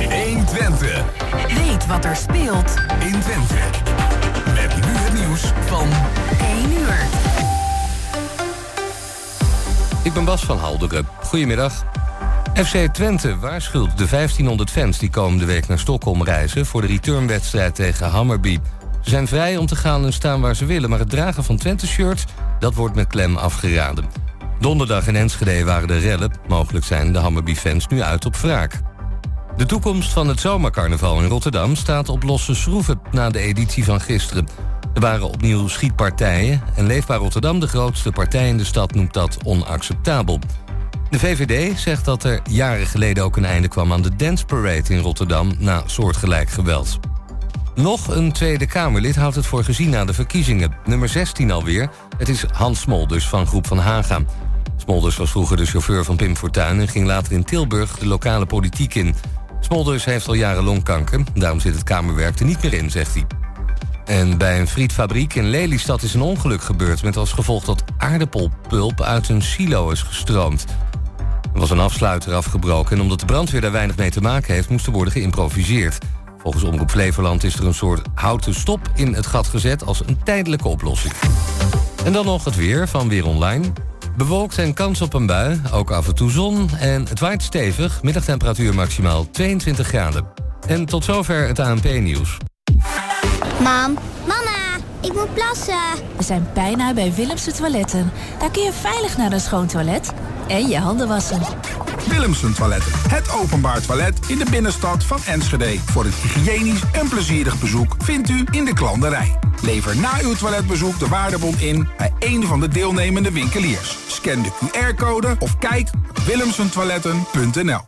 120. Weet wat er speelt in Twente. Met nu het nieuws van 1 uur. Ik ben Bas van Halderen. Goedemiddag. FC Twente waarschuwt de 1500 fans die komende week naar Stockholm reizen voor de returnwedstrijd tegen Hammarby. Ze zijn vrij om te gaan en staan waar ze willen, maar het dragen van Twente-shirts, dat wordt met klem afgeraden. Donderdag in Enschede waren de rellen. Mogelijk zijn de Hammarby-fans nu uit op wraak. De toekomst van het zomercarnaval in Rotterdam staat op losse schroeven na de editie van gisteren. Er waren opnieuw schietpartijen en Leefbaar Rotterdam, de grootste partij in de stad, noemt dat onacceptabel. De VVD zegt dat er jaren geleden ook een einde kwam aan de Dance Parade in Rotterdam na soortgelijk geweld. Nog een Tweede Kamerlid houdt het voor gezien na de verkiezingen. Nummer 16 alweer. Het is Hans Smolders van Groep van Haga. Smolders was vroeger de chauffeur van Pim Fortuyn en ging later in Tilburg de lokale politiek in. Smolders heeft al jaren longkanker. Daarom zit het kamerwerk er niet meer in, zegt hij. En bij een frietfabriek in Lelystad is een ongeluk gebeurd met als gevolg dat aardappelpulp uit een silo is gestroomd. Er was een afsluiter afgebroken en omdat de brandweer daar weinig mee te maken heeft, moest er worden geïmproviseerd. Volgens Omroep Flevoland is er een soort houten stop in het gat gezet als een tijdelijke oplossing. En dan nog het weer van Weer Online. Bewolkt en kans op een bui, ook af en toe zon en het waait stevig. Middagtemperatuur maximaal 22 graden. En tot zover het ANP-nieuws. Mam, mama, ik moet plassen. We zijn bijna bij Willemsen Toiletten. Daar kun je veilig naar een schoon toilet en je handen wassen. Willemsen Toiletten, het openbaar toilet in de binnenstad van Enschede. Voor een hygiënisch en plezierig bezoek vindt u in de klanderij. Lever na uw toiletbezoek de waardebon in bij een van de deelnemende winkeliers. Scan de QR-code of kijk op willemsentoiletten.nl.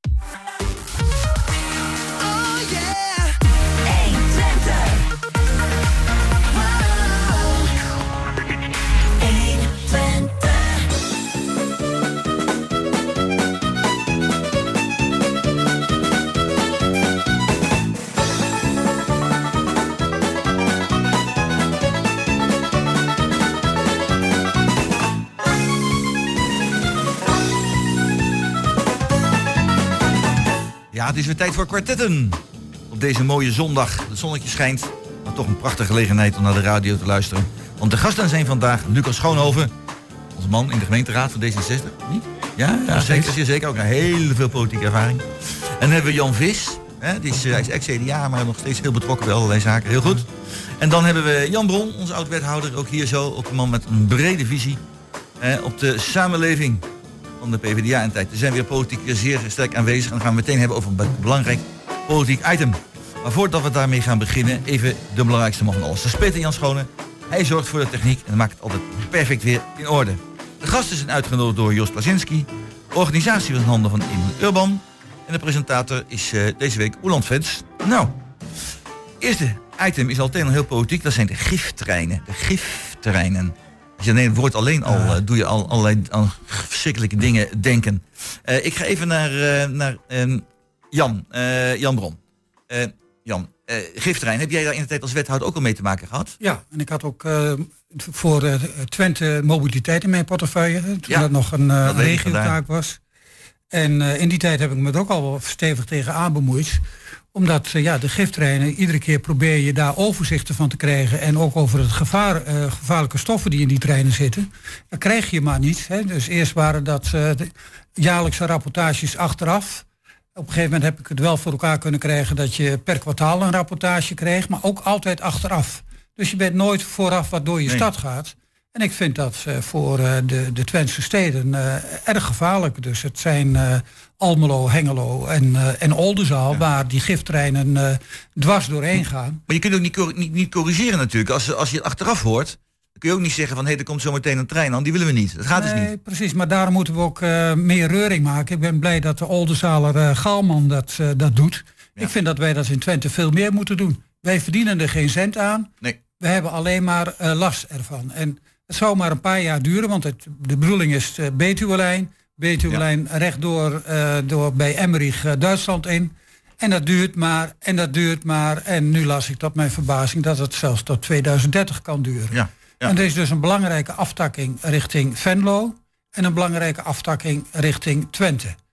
Ja, het is weer tijd voor kwartetten. Op deze mooie zondag. Het zonnetje schijnt. Maar toch een prachtige gelegenheid om naar de radio te luisteren. Want de gasten zijn vandaag Lucas Schoonhoven. Onze man in de gemeenteraad van D66. Niet? Ja, zeker. Zeker. Ook een hele veel politieke ervaring. En dan hebben we Jan Vis. Hij is ex-CDA, maar nog steeds heel betrokken bij allerlei zaken. Heel goed. En dan hebben we Jan Bron, onze oud-wethouder. Ook hier zo. Ook een man met een brede visie op de samenleving van de PvdA in tijd. Er zijn weer politiek zeer sterk aanwezig. En dan gaan we meteen hebben over een belangrijk politiek item. Maar voordat we daarmee gaan beginnen, even de belangrijkste man van alles. Dat is Peter Jan Schone. Hij zorgt voor de techniek en maakt het altijd perfect weer in orde. De gasten zijn uitgenodigd door Jos Plazinski. De organisatie was in handen van Emil Urban. En de presentator is deze week Oeland Vens. Nou, eerste item is altijd nog heel politiek. Dat zijn de giftreinen. De giftreinen. Als je het woord alleen al doe je al allerlei verschrikkelijke dingen denken. Ik ga even naar Jan Bron. Jan, giftrein, heb jij daar in de tijd als wethouder ook al mee te maken gehad? Ja, en ik had ook voor Twente mobiliteit in mijn portefeuille. Toen dat nog een regiotaak was. En in die tijd heb ik me er ook al wel stevig tegen aan bemoeid. Omdat de giftreinen, iedere keer probeer je daar overzichten van te krijgen. En ook over het gevaarlijke stoffen die in die treinen zitten. Dat krijg je maar niet. Hè. Dus eerst waren dat de jaarlijkse rapportages achteraf. Op een gegeven moment heb ik het wel voor elkaar kunnen krijgen dat je per kwartaal een rapportage kreeg. Maar ook altijd achteraf. Dus je bent nooit vooraf wat door je stad gaat. En ik vind dat voor de Twentse steden erg gevaarlijk. Dus het zijn Almelo, Hengelo en Oldenzaal waar die giftreinen dwars doorheen gaan. Maar je kunt ook niet corrigeren natuurlijk. Als je het achteraf hoort, dan kun je ook niet zeggen van er komt zo meteen een trein aan. Die willen we niet. Dat gaat dus niet. Precies, maar daarom moeten we ook meer reuring maken. Ik ben blij dat de Oldenzaler Gaalman dat doet. Ja. Ik vind dat wij dat in Twente veel meer moeten doen. Wij verdienen er geen cent aan. Nee. We hebben alleen maar last ervan. En het zou maar een paar jaar duren, want de bedoeling is de Betuwelijn. Betuwelijn rechtdoor door bij Emmerich Duitsland in. En dat duurt maar, en dat duurt maar. En nu las ik tot mijn verbazing dat het zelfs tot 2030 kan duren. Ja. En er is dus een belangrijke aftakking richting Venlo en een belangrijke aftakking richting Twente.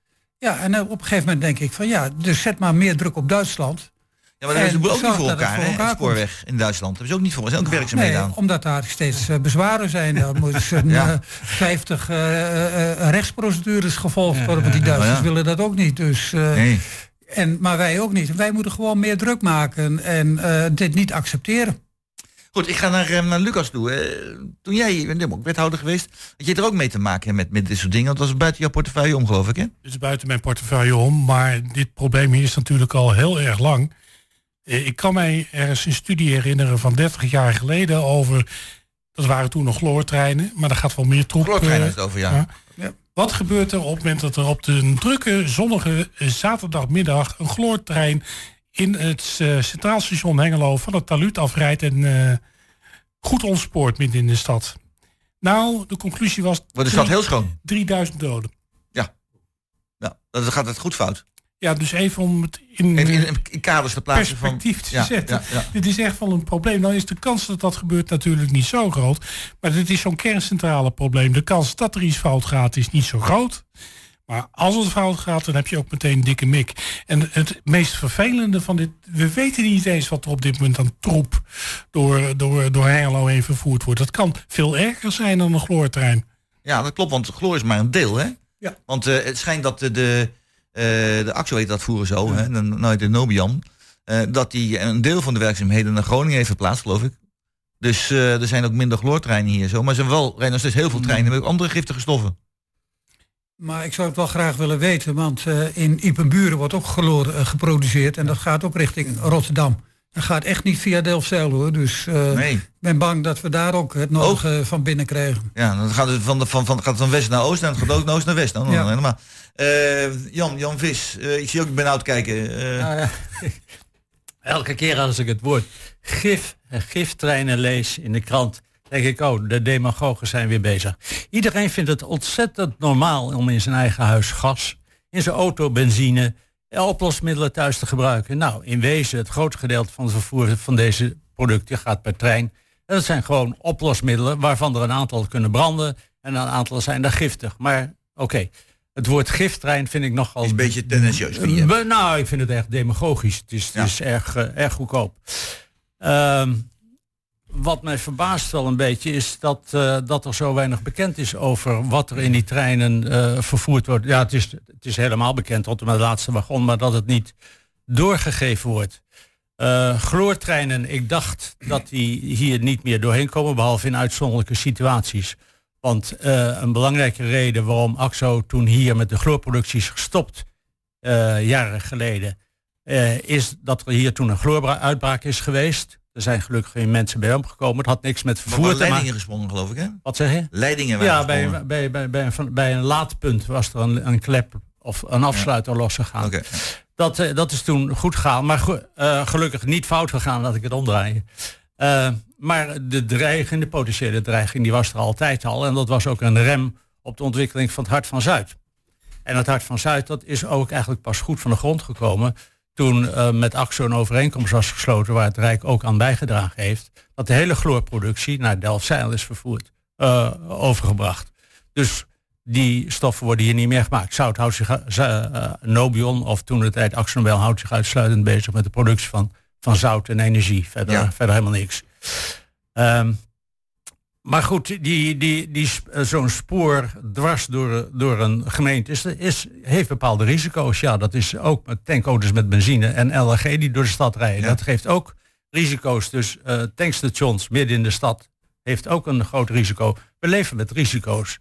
Ja, en op een gegeven moment denk ik van dus zet maar meer druk op Duitsland. Ja, maar dat is ook niet voor elkaar, hè? Spoorweg in Duitsland. Dat is ook niet voor. Er zijn ook werkzaamheden aan. Omdat daar steeds bezwaren zijn. Dan moeten 50 rechtsprocedures gevolgd worden. Want die Duitsers willen dat ook niet. Dus, maar wij ook niet. Wij moeten gewoon meer druk maken en dit niet accepteren. Goed, ik ga naar Lucas toe. Toen jij, ik ben ook wethouder geweest, had je er ook mee te maken met dit soort dingen? Want dat was buiten jouw portefeuille om, geloof ik, hè? Het is buiten mijn portefeuille om, maar dit probleem hier is natuurlijk al heel erg lang. Ik kan mij ergens een studie herinneren van 30 jaar geleden over, dat waren toen nog chloortreinen, maar daar gaat wel meer troep. Chloortreinen is het over, ja. Wat gebeurt er op het moment dat er op de drukke, zonnige zaterdagmiddag een chloortrein in het Centraal Station Hengelo van het talud afrijdt en goed ontspoort midden in de stad? Nou, de conclusie was... Wordt de stad heel schoon? 3000 doden. Ja, dan gaat het goed fout. Ja, dus even om het in kaders te plaatsen perspectief te zetten. Ja. Dit is echt wel een probleem. Dan is de kans dat dat gebeurt natuurlijk niet zo groot. Maar dit is zo'n kerncentrale probleem. De kans dat er iets fout gaat is niet zo groot. Maar als het fout gaat, dan heb je ook meteen een dikke mik. En het meest vervelende van dit... We weten niet eens wat er op dit moment aan troep door Hengelo heen vervoerd wordt. Dat kan veel erger zijn dan een chloortrein. Ja, dat klopt, want chloor is maar een deel, hè? Ja. Want het schijnt dat de AXO heet dat vroeger zo, hè? De Nobian. Dat die een deel van de werkzaamheden naar Groningen heeft verplaatst, geloof ik. Dus er zijn ook minder chloortreinen hier zo. Maar er rijden nog steeds heel veel treinen met andere giftige stoffen. Maar ik zou het wel graag willen weten, want in Ippenburen wordt ook chloor geproduceerd en dat gaat ook richting Rotterdam. Dat gaat echt niet via Delfzijl, hoor. Dus ik ben bang dat we daar ook het nodige van binnen krijgen. Ja, dan gaat het van west naar oost en het gaat ook naar oost naar west. Helemaal. Jan Vis, ik zie ook benauwd kijken. Elke keer als ik het woord giftreinen lees in de krant, denk ik, de demagogen zijn weer bezig. Iedereen vindt het ontzettend normaal om in zijn eigen huis gas, in zijn auto benzine, oplosmiddelen thuis te gebruiken. Nou, in wezen, het grootste gedeelte van het vervoer van deze producten gaat per trein. En dat zijn gewoon oplosmiddelen waarvan er een aantal kunnen branden en een aantal zijn daar giftig. Maar oké, het woord giftrein vind ik nogal... Is een beetje tendentieus, vind je? Nou, ik vind het echt demagogisch. Het is erg goedkoop. Wat mij verbaast wel een beetje is dat er zo weinig bekend is over wat er in die treinen vervoerd wordt. Ja, het is helemaal bekend tot en met de laatste wagon, maar dat het niet doorgegeven wordt. Chloortreinen, ik dacht dat die hier niet meer doorheen komen, behalve in uitzonderlijke situaties. Want een belangrijke reden waarom AXO toen hier met de chloorproductie is gestopt, jaren geleden, is dat er hier toen een chlooruitbraak is geweest. Er zijn gelukkig geen mensen bij omgekomen. Het had niks met vervoer te maken. Leidingen gesprongen, geloof ik, hè? Wat zeg je? Leidingen waren bij een laadpunt was er een klep of een afsluiter losgegaan. Okay. Dat is toen goed gegaan. Maar gelukkig niet fout gegaan, laat ik het omdraaien. Maar de potentiële dreiging, die was er altijd al. En dat was ook een rem op de ontwikkeling van het Hart van Zuid. En het Hart van Zuid, dat is ook eigenlijk pas goed van de grond gekomen toen met AXO een overeenkomst was gesloten waar het Rijk ook aan bijgedragen heeft, dat de hele chloorproductie naar Delfzijl is overgebracht. Dus die stoffen worden hier niet meer gemaakt. Zout houdt zich, Nobion of toen de tijd AXO Nobel houdt zich uitsluitend bezig met de productie van zout en energie. Verder helemaal niks. Maar goed, zo'n spoor dwars door een gemeente heeft bepaalde risico's. Ja, dat is ook met tankauto's met benzine en LNG die door de stad rijden. Ja. Dat geeft ook risico's. Dus tankstations midden in de stad heeft ook een groot risico. We leven met risico's.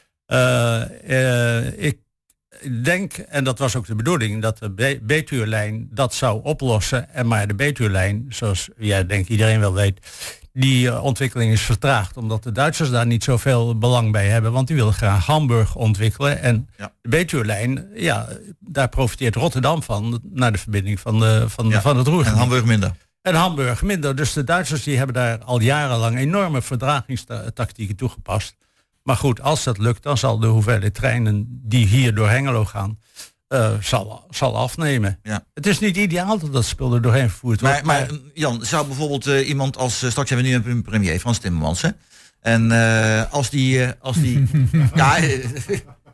Ik denk, en dat was ook de bedoeling, dat de Betuwe-lijn dat zou oplossen. Maar de Betuwe-lijn, zoals denk iedereen wel weet, die ontwikkeling is vertraagd, omdat de Duitsers daar niet zoveel belang bij hebben, want die willen graag Hamburg ontwikkelen. En de Betuwe-lijn, daar profiteert Rotterdam van, naar de verbinding van het Roergebied. En Hamburg minder. En Hamburg minder. Dus de Duitsers die hebben daar al jarenlang enorme verdragingstactieken toegepast. Maar goed, als dat lukt, dan zal de hoeveelheid treinen die hier door Hengelo gaan, zal afnemen. Ja. Het is niet ideaal dat dat spul er doorheen vervoerd wordt. Maar Jan, zou bijvoorbeeld iemand als, straks hebben we nu een premier, Frans Timmermans, hè? En als die ja,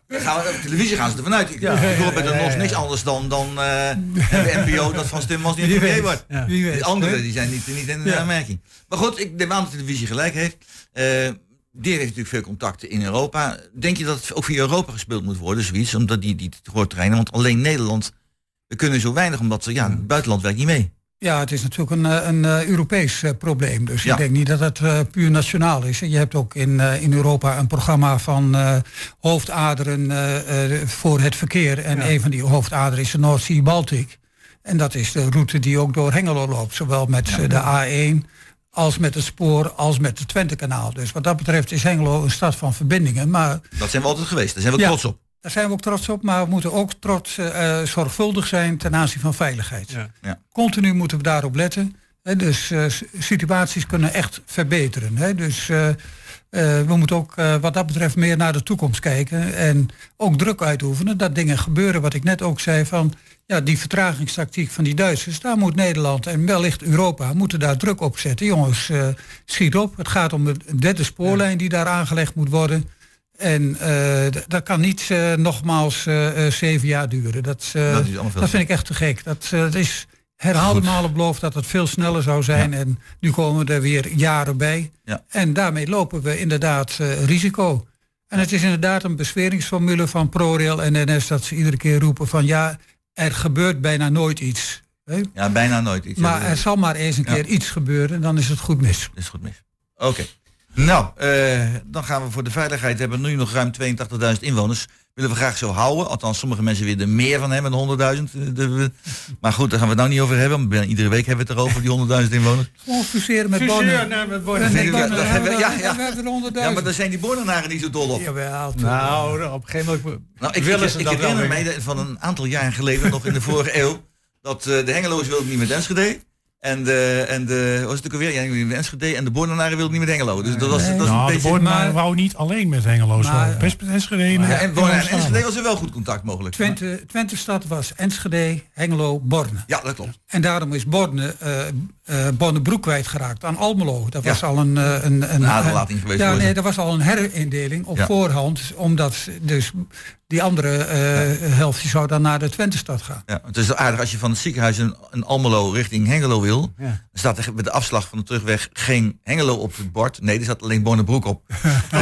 Op televisie gaan ze ervan uit. Ik hoor bij de NOS niks anders dan de NPO dat Van Timmermans niet premier wordt. Ja. Die anderen die zijn niet in de aanmerking. Maar goed, ik neem aan dat de televisie gelijk heeft. Die heeft natuurlijk veel contacten in Europa. Denk je dat het ook via Europa gespeeld moet worden, zoiets? Omdat die terreinen, want alleen Nederland, we kunnen zo weinig, omdat het buitenland werkt niet mee. Ja, het is natuurlijk een Europees probleem. Dus ik denk niet dat het puur nationaal is. Je hebt ook in Europa een programma van hoofdaderen voor het verkeer. En een van die hoofdaderen is de Noord-Zee-Baltic. En dat is de route die ook door Hengelo loopt. Zowel met de A1 als met het spoor, als met het Twentekanaal. Dus wat dat betreft is Hengelo een stad van verbindingen. Maar dat zijn we altijd geweest, daar zijn we trots op. Daar zijn we ook trots op, maar we moeten ook zorgvuldig zijn ten aanzien van veiligheid. Ja. Continu moeten we daarop letten. Dus situaties kunnen echt verbeteren. Dus we moeten ook wat dat betreft meer naar de toekomst kijken. En ook druk uitoefenen dat dingen gebeuren. Wat ik net ook zei van die vertragingstactiek van die Duitsers. Daar moet Nederland en wellicht Europa moeten daar druk op zetten. Jongens, schiet op. Het gaat om een derde spoorlijn die daar aangelegd moet worden. En dat kan niet nogmaals 7 jaar duren. Dat vind ik echt te gek. Dat is herhaalde malen beloofd dat het veel sneller zou zijn. Ja. En nu komen er weer jaren bij. Ja. En daarmee lopen we inderdaad risico. En het is inderdaad een bezweringsformule van ProRail en NS... dat ze iedere keer roepen van er gebeurt bijna nooit iets. Hè? Ja, bijna nooit iets. Maar er zal maar eens een keer iets gebeuren, dan is het goed mis. Is goed mis. Oké. Nou, dan gaan we voor de veiligheid. We hebben nu nog ruim 82.000 inwoners. Willen we graag zo houden. Althans, sommige mensen weer er meer van hebben dan 100.000. Maar goed, daar gaan we het nou niet over hebben. Want iedere week hebben we het erover, die 100.000 inwoners. Gewoon fuseren met Bornen. We hebben 100.000. Ja, maar daar zijn die Bornenaren niet zo dol op. Jawel. Nou, op een gegeven moment... Ik herinner mij van een aantal jaar geleden, nog in de vorige eeuw, dat de Hengeloers wilden niet met Enschede. En de was het ook alweer? Ja, Enschede en de Bornenaren wilden niet met Hengelo. Dus dat was een beetje... De Bornenaren wou niet alleen met Hengelo. Best met Enschede. En Enschede was er wel goed contact mogelijk. Twente-stad was Enschede, Hengelo, Borne. Ja, dat klopt. En daarom is Borne-Broek kwijtgeraakt aan Almelo. Dat was al een aderlating geweest. Ja, nee, dat was al een herindeling op voorhand. Omdat dus die andere helft zou dan naar de Twente-stad gaan. Ja, het is aardig als je van het ziekenhuis in Almelo richting Hengelo wil. Ja. Dan staat er met de afslag van de terugweg geen Hengelo op het bord. Nee, er zat alleen Bornebroek op. Ja.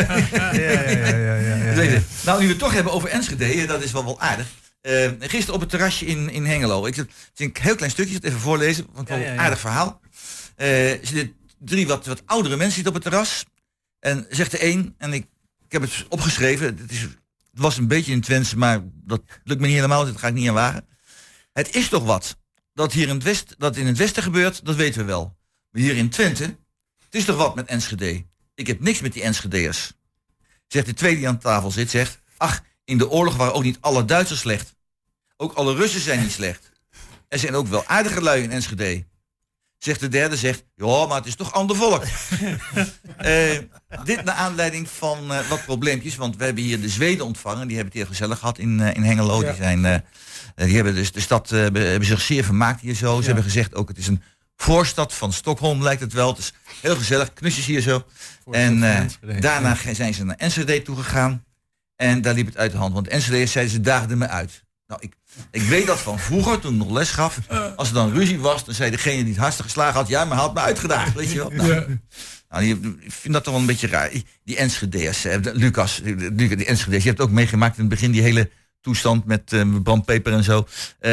Nou, nu we het toch hebben over Enschede, dat is wel aardig. Gisteren op het terrasje in Hengelo. Het is een heel klein stukje, het even voorlezen. Want wel een aardig verhaal. Er zitten 3 wat oudere mensen zitten op het terras. En zegt de een, en ik heb het opgeschreven. Het was een beetje in het Twents, maar dat lukt me niet helemaal. Dat ga ik niet aan wagen. Het is toch wat. Dat hier in het westen gebeurt, dat weten we wel. Maar hier in Twente, het is toch wat met Enschede. Ik heb niks met die Enschedeërs. Zegt de tweede die aan tafel zit, zegt... Ach, in de oorlog waren ook niet alle Duitsers slecht. Ook alle Russen zijn niet slecht. Er zijn ook wel aardige lui in Enschede. Zegt de derde, ja, maar het is toch ander volk. Dit naar aanleiding van wat probleempjes. Want we hebben hier de Zweden ontvangen. Die hebben het heel gezellig gehad in Hengelo. Ja. Die hebben dus de stad hebben zich zeer vermaakt hier zo. Ze hebben gezegd ook, het is een voorstad van Stockholm, lijkt het wel. Het is heel gezellig, knusjes hier zo. En daarna zijn ze naar Enschede toegegaan. En daar liep het uit de hand. Want Enschede zeiden ze daagden me uit. Nou, ik weet dat van vroeger, toen ik nog les gaf. Als er dan ruzie was, dan zei degene die het hardste geslagen had... ja, maar had me uitgedaagd, weet je wel. Nou, ik vind dat toch wel een beetje raar. Die Enschede'ers, Lucas, die Enschede'ers... je hebt ook meegemaakt in het begin die hele toestand met brandpeper en zo.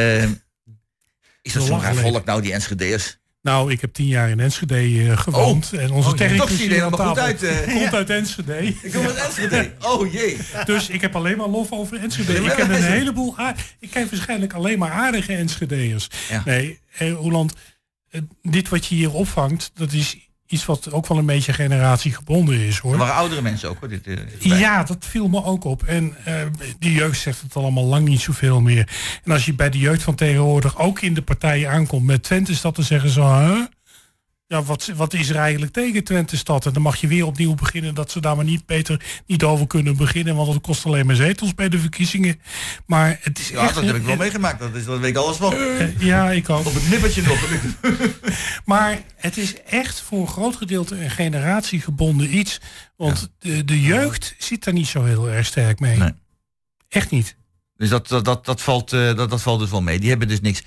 Is dat zo'n raar volk nou, die Enschede'ers? Nou, ik heb 10 jaar in Enschede gewoond. En onze technicus hier aan tafel komt uit Enschede. Ik kom uit Enschede. Oh jee. Dus ik heb alleen maar lof over Enschede. Ik ken een heleboel... Ik ken waarschijnlijk alleen maar aardige Enschede'ers. Ja. Nee, Roland, dit wat je hier opvangt, dat is iets wat ook wel een beetje generatiegebonden is, hoor. Er waren oudere mensen ook, hoor. Ja, dat viel me ook op. En de jeugd zegt het allemaal lang niet zoveel meer. En als je bij de jeugd van tegenwoordig ook in de partijen aankomt met Twente-stad, dan zeggen ze, ja, wat is er eigenlijk tegen Twente-stad? En dan mag je weer opnieuw beginnen dat ze daar maar niet over kunnen beginnen, want dat kost alleen maar zetels bij de verkiezingen. Maar het is echt, dat heb ik wel meegemaakt. Dat weet ik alles van. Ja, ik ook. Op het nippertje nog. Maar het is echt voor een groot gedeelte een generatiegebonden iets. Want de jeugd zit daar niet zo heel erg sterk mee. Nee. Echt niet. Dus dat valt dus wel mee. Die hebben dus niks.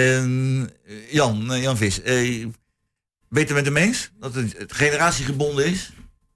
Jan Vis, weten we het ermee eens? Dat het generatiegebonden is?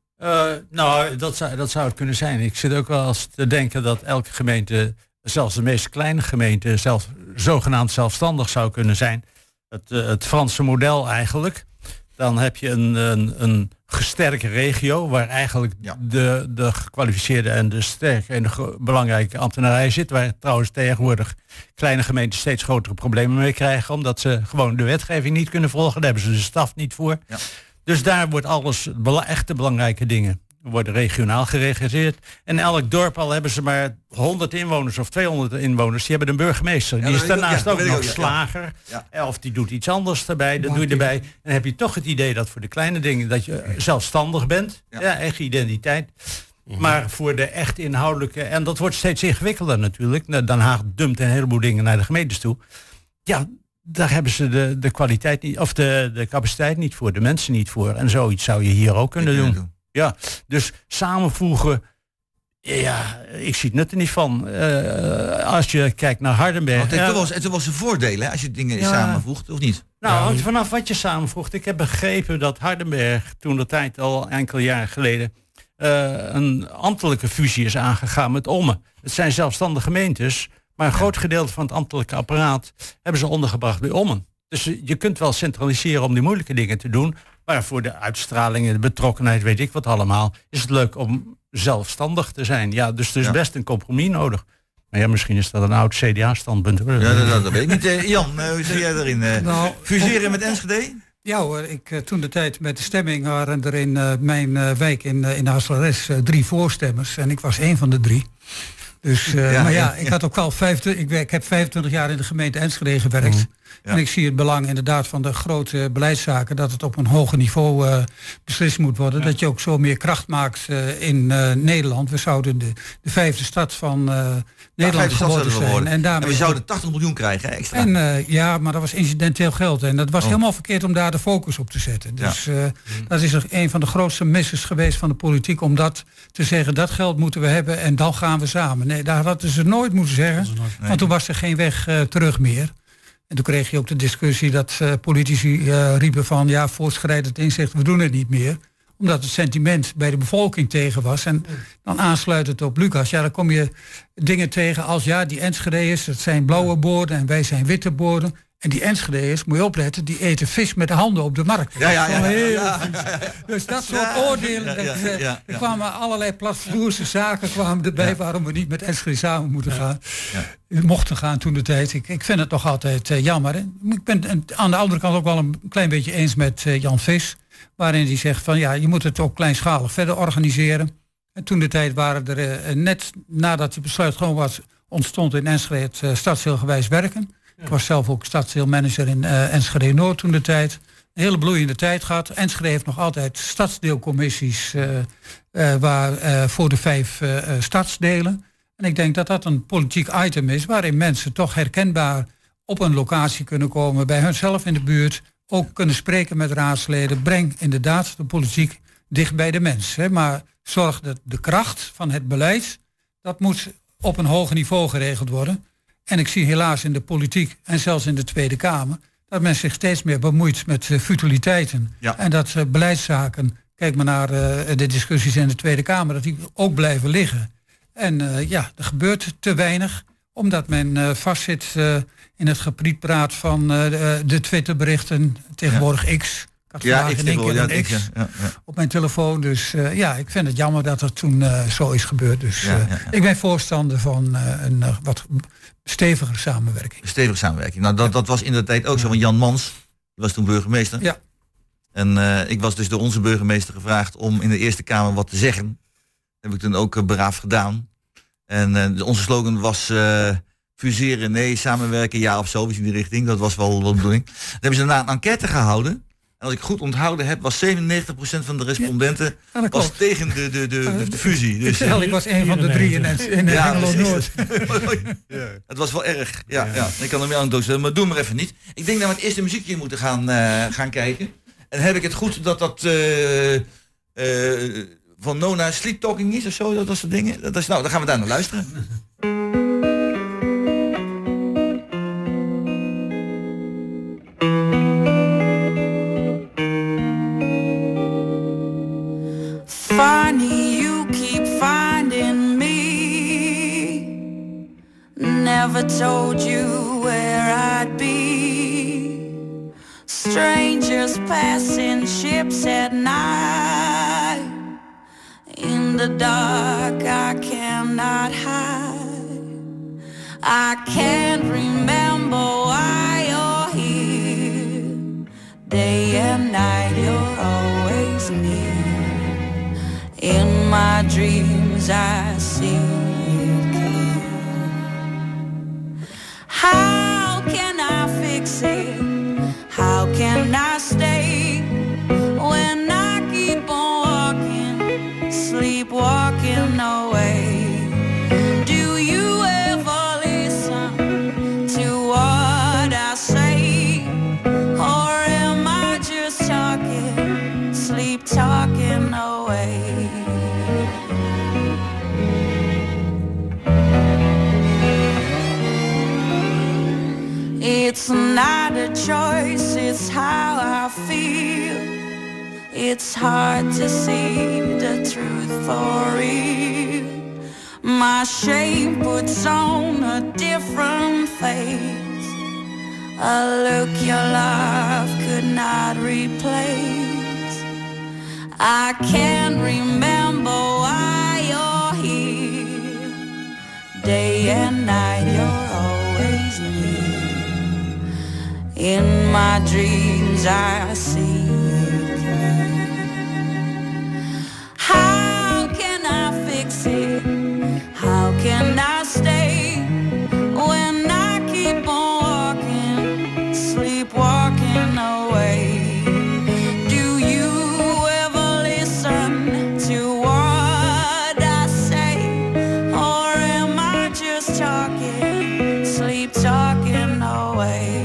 Nou, dat zou het kunnen zijn. Ik zit ook wel eens te denken dat elke gemeente, zelfs de meest kleine gemeente, zelfs zogenaamd zelfstandig zou kunnen zijn. Het Franse model eigenlijk. Dan heb je een gesterke regio waar eigenlijk de gekwalificeerde en de sterke en de belangrijke ambtenarij zit. Waar trouwens tegenwoordig kleine gemeenten steeds grotere problemen mee krijgen. Omdat ze gewoon de wetgeving niet kunnen volgen. Daar hebben ze de staf niet voor. Ja. Dus daar wordt alles, echte belangrijke dingen, worden regionaal geregisseerd. En elk dorp, al hebben ze maar 100 inwoners of 200 inwoners, die hebben een burgemeester. Die is daarnaast ook nog slager. Ja. Of die doet iets anders erbij, dat doe je erbij. En dan heb je toch het idee dat voor de kleine dingen, dat je zelfstandig bent. Ja, eigen identiteit. Maar voor de echt inhoudelijke, en dat wordt steeds ingewikkelder natuurlijk. Den Haag dumpt een heleboel dingen naar de gemeentes toe. Ja, daar hebben ze de kwaliteit niet, of de capaciteit niet voor, de mensen niet voor. En zoiets zou je hier ook kunnen doen. Ja, dus samenvoegen, ja, ik zie het nut er niet van. Als je kijkt naar Hardenberg. Het was een voordeel, hè, als je dingen samenvoegt, of niet? Nou, hangt vanaf wat je samenvoegt. Ik heb begrepen dat Hardenberg toen de tijd al enkele jaren geleden een ambtelijke fusie is aangegaan met Ommen. Het zijn zelfstandige gemeentes, maar een groot gedeelte van het ambtelijke apparaat hebben ze ondergebracht bij Ommen. Dus je kunt wel centraliseren om die moeilijke dingen te doen. Maar voor de uitstraling en de betrokkenheid, weet ik wat allemaal, is het leuk om zelfstandig te zijn. Ja, dus er is best een compromis nodig. Maar ja, misschien is dat een oud CDA-standpunt. Ja, dat weet ik niet. Jan, hoe zit jij erin? Fuseren met Enschede? Ja hoor, toen de tijd met de stemming waren er in mijn wijk in Hasselares 3 voorstemmers. En ik was 1 van de 3. Dus, ik had ook wel ik heb 25 jaar in de gemeente Enschede gewerkt. Ja. En ik zie het belang inderdaad van de grote beleidszaken, dat het op een hoger niveau beslist moet worden. Ja. Dat je ook zo meer kracht maakt in Nederland. We zouden de 5e stad van Nederland geworden zijn. En we zouden 80 miljoen krijgen extra. En, maar dat was incidenteel geld. En dat was helemaal verkeerd om daar de focus op te zetten. Dus dat is een van de grootste misses geweest van de politiek. Om dat te zeggen, dat geld moeten we hebben en dan gaan we samen. Nee, daar hadden ze nooit moeten zeggen. Want toen was er geen weg terug meer. En toen kreeg je ook de discussie dat politici riepen van voortschrijdend inzicht, we doen het niet meer. Omdat het sentiment bij de bevolking tegen was. En dan aansluitend op Lucas, dan kom je dingen tegen als die Enschedeërs, dat zijn blauwe boorden en wij zijn witte boorden. En die Enschedeërs, moet je opletten, die eten vis met de handen op de markt. Dus dat soort oordelen. Er kwamen allerlei platvloerse zaken erbij waarom we niet met Enschede samen moeten gaan. Mochten gaan toen de tijd. Ik vind het nog altijd jammer. Hè? Ik ben aan de andere kant ook wel een klein beetje eens met Jan Vis. Waarin hij zegt van je moet het ook kleinschalig verder organiseren. En toen de tijd waren er net nadat het besluit gewoon was, ontstond in Enschede het stadsdeelgewijs werken. Ik was zelf ook stadsdeelmanager in Enschede Noord toen de tijd. Een hele bloeiende tijd gehad. Enschede heeft nog altijd stadsdeelcommissies voor de 5 stadsdelen. En ik denk dat dat een politiek item is waarin mensen toch herkenbaar op een locatie kunnen komen, bij hunzelf in de buurt, ook kunnen spreken met raadsleden. Breng inderdaad de politiek dicht bij de mens. Hè. Maar zorg dat de kracht van het beleid, dat moet op een hoger niveau geregeld worden. En ik zie helaas in de politiek en zelfs in de Tweede Kamer dat men zich steeds meer bemoeit met futiliteiten. Ja. En dat beleidszaken, kijk maar naar de discussies in de Tweede Kamer, dat die ook blijven liggen. En er gebeurt te weinig, omdat men vastzit in het geprietpraat van de Twitterberichten, tegenwoordig X. Ik had vandaag in één keer een X op mijn telefoon. Dus ik vind het jammer dat het toen zo is gebeurd. Dus ik ben voorstander van een wat stevigere samenwerking. Stevige samenwerking. Nou, dat was in de tijd ook zo. Want Jan Mans, die was toen burgemeester. Ja. En ik was dus door onze burgemeester gevraagd om in de Eerste Kamer wat te zeggen. Dat heb ik toen ook braaf gedaan. En onze slogan was fuseren, nee, samenwerken, ja of zo, is in die richting. Dat was wel de bedoeling. Dan hebben ze daarna een enquête gehouden. En als ik goed onthouden heb, was 97% van de respondenten was tegen de fusie. Dus, ik was 1 van de 3 in Hengelo-Noord. Het was wel erg. Ja. Ik kan er meer aan doen, maar doe maar even niet. Ik denk dat we het eerste muziekje moeten gaan kijken. En heb ik het goed dat van Nona Sleep Talking is of zo, dat soort dingen. Dan gaan we daar naar luisteren. just passing ships at night. In the dark I cannot hide. I can't remember why you're here. Day and night you're always near. In my dreams I see it clear. How can I fix it? How can I stay when I keep on walking, sleepwalking away? Do you ever listen to what I say? Or am I just talking, sleep talking away? It's not a choice, it's how I feel. It's hard to see the truth for real. My shame puts on a different face, a look your love could not replace. I can't remember why you're here. Day and night you're always near. In my dreams I see it clear. How can I fix it? How can I stay when I keep on walking, sleepwalking away? Do you ever listen to what I say? Or am I just talking, sleep talking away?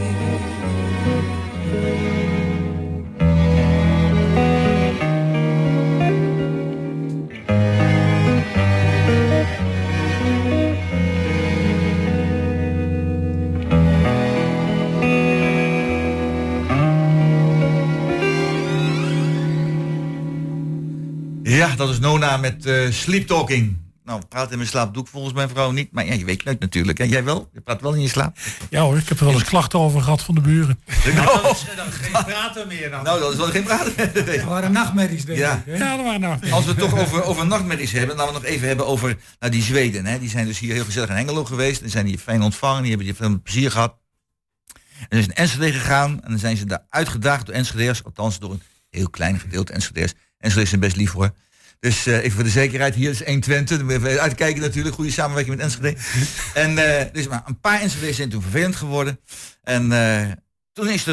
Ja, dat is Nona met Sleep Talking. Nou, praat in mijn slaap doe ik volgens mijn vrouw niet. Maar ja, je weet leuk natuurlijk. En jij wel? Je praat wel in je slaap? Ja hoor, ik heb er wel eens klachten over gehad van de buren. Nou, dat is geen praten meer dan. Nou, dat is wel geen praten. Dat waren nachtmerries, denk ik. Ja, dat waren nachtmerries. Als we het toch over nachtmerries hebben, laten we nog even hebben over die Zweden. Hè. Die zijn dus hier heel gezellig in Hengelo geweest. Die zijn hier fijn ontvangen, die hebben hier veel plezier gehad. En dan is in Enschede gegaan en dan zijn ze daar uitgedaagd door Enschedeers. Althans door een heel klein gedeelte Enschedeers. Enschedeers zijn best lief hoor. Dus even voor de zekerheid, hier is 1 Twente. Dan moeten we even uitkijken natuurlijk, goede samenwerking met Enschede. En dus maar een paar Enschede's zijn toen vervelend geworden. En toen is er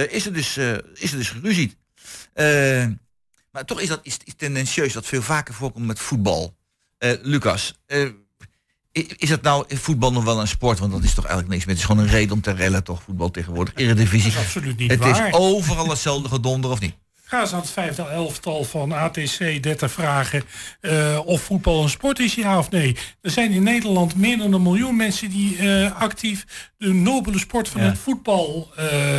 dus geruzied. Maar toch is dat iets tendentieus dat veel vaker voorkomt met voetbal. Lucas, is dat nou voetbal nog wel een sport? Want dat is toch eigenlijk niks meer. Het is gewoon een reden om te rellen, toch, voetbal tegenwoordig. Eredivisie. Dat is absoluut niet waar. Het is overal hetzelfde gedonder, of niet? Ga eens aan het 5e elftal van ATC 30 vragen of voetbal een sport is, ja of nee. Er zijn in Nederland meer dan 1 miljoen mensen die actief de nobele sport van het voetbal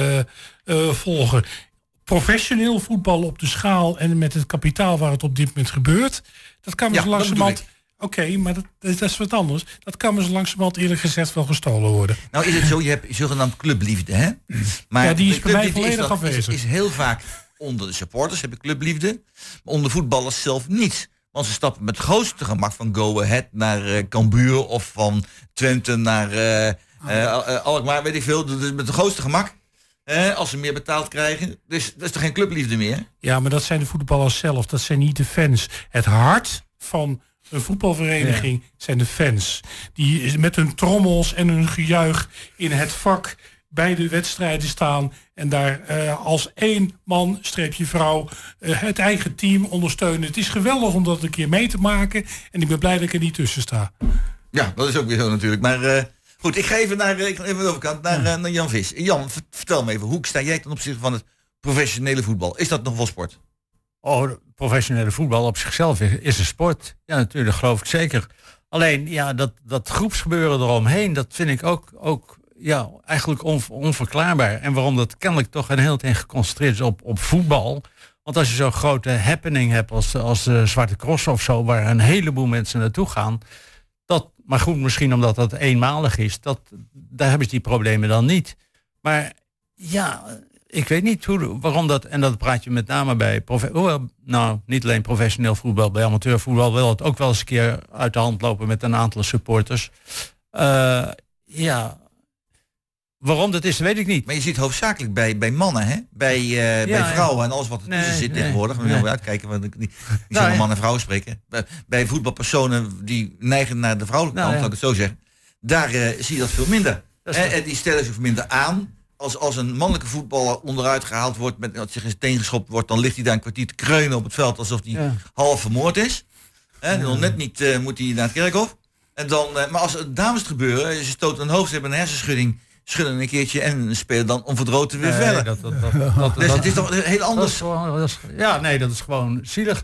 volgen. Professioneel voetbal op de schaal en met het kapitaal waar het op dit moment gebeurt. Dat kan dus langzamerhand. Oké, maar dat is wat anders. Dat kan dus langzamerhand eerlijk gezegd wel gestolen worden. Nou is het zo, je hebt zogenaamd clubliefde, hè? Maar ja, die is bij mij volledig afwezig. Is heel vaak onder de supporters heb ik clubliefde, maar onder voetballers zelf niet. Want ze stappen met het grootste gemak van Go Ahead naar Cambuur of van Twente naar Alkmaar, weet ik veel. Dus met het grootste gemak. Als ze meer betaald krijgen. Dus dat is toch geen clubliefde meer? Ja, maar dat zijn de voetballers zelf. Dat zijn niet de fans. Het hart van een voetbalvereniging zijn de fans. Die met hun trommels en hun gejuich in het vak bij de wedstrijden staan en daar als 1 man, vrouw, het eigen team ondersteunen. Het is geweldig om dat een keer mee te maken en ik ben blij dat ik er niet tussen sta. Ja, dat is ook weer zo natuurlijk. Maar goed, ik ga even naar de overkant, naar Jan Vis. Jan, vertel me even, hoe sta jij ten opzichte van het professionele voetbal? Is dat nog wel sport? Oh, professionele voetbal op zichzelf is een sport. Ja, natuurlijk, geloof ik zeker. Alleen, ja, dat groepsgebeuren eromheen, dat vind ik ook ja, eigenlijk onverklaarbaar. En waarom dat kennelijk toch een heel tijd geconcentreerd is op voetbal. Want als je zo'n grote happening hebt als de Zwarte Cross of zo, waar een heleboel mensen naartoe gaan. Maar goed, misschien omdat dat eenmalig is, daar hebben ze die problemen dan niet. Maar ja, Ik weet niet waarom dat, en dat praat je met name bij niet alleen professioneel voetbal, bij amateurvoetbal wil het ook wel eens een keer uit de hand lopen met een aantal supporters. Waarom dat is, weet ik niet. Maar je ziet hoofdzakelijk bij mannen, hè? Bij vrouwen en alles wat er tussen zit tegenwoordig. We willen uitkijken, want ik niet zomaar mannen en vrouwen spreken. Bij voetbalpersonen die neigen naar de vrouwelijke kant, zou ik het zo zeggen. Daar zie je dat veel minder. En die stellen zich minder aan. Als een mannelijke voetballer onderuit gehaald wordt, met zich eens tegengeschopt wordt, dan ligt hij daar een kwartier te kreunen op het veld alsof hij half vermoord is. En nog net niet moet hij naar het kerkhof. En dan, maar als dames het gebeuren, ze stoten een hoofd, ze hebben een hersenschudding, schudden een keertje en spelen dan onverdroten weer verder. Dus het is toch heel anders. Dat is gewoon zielig.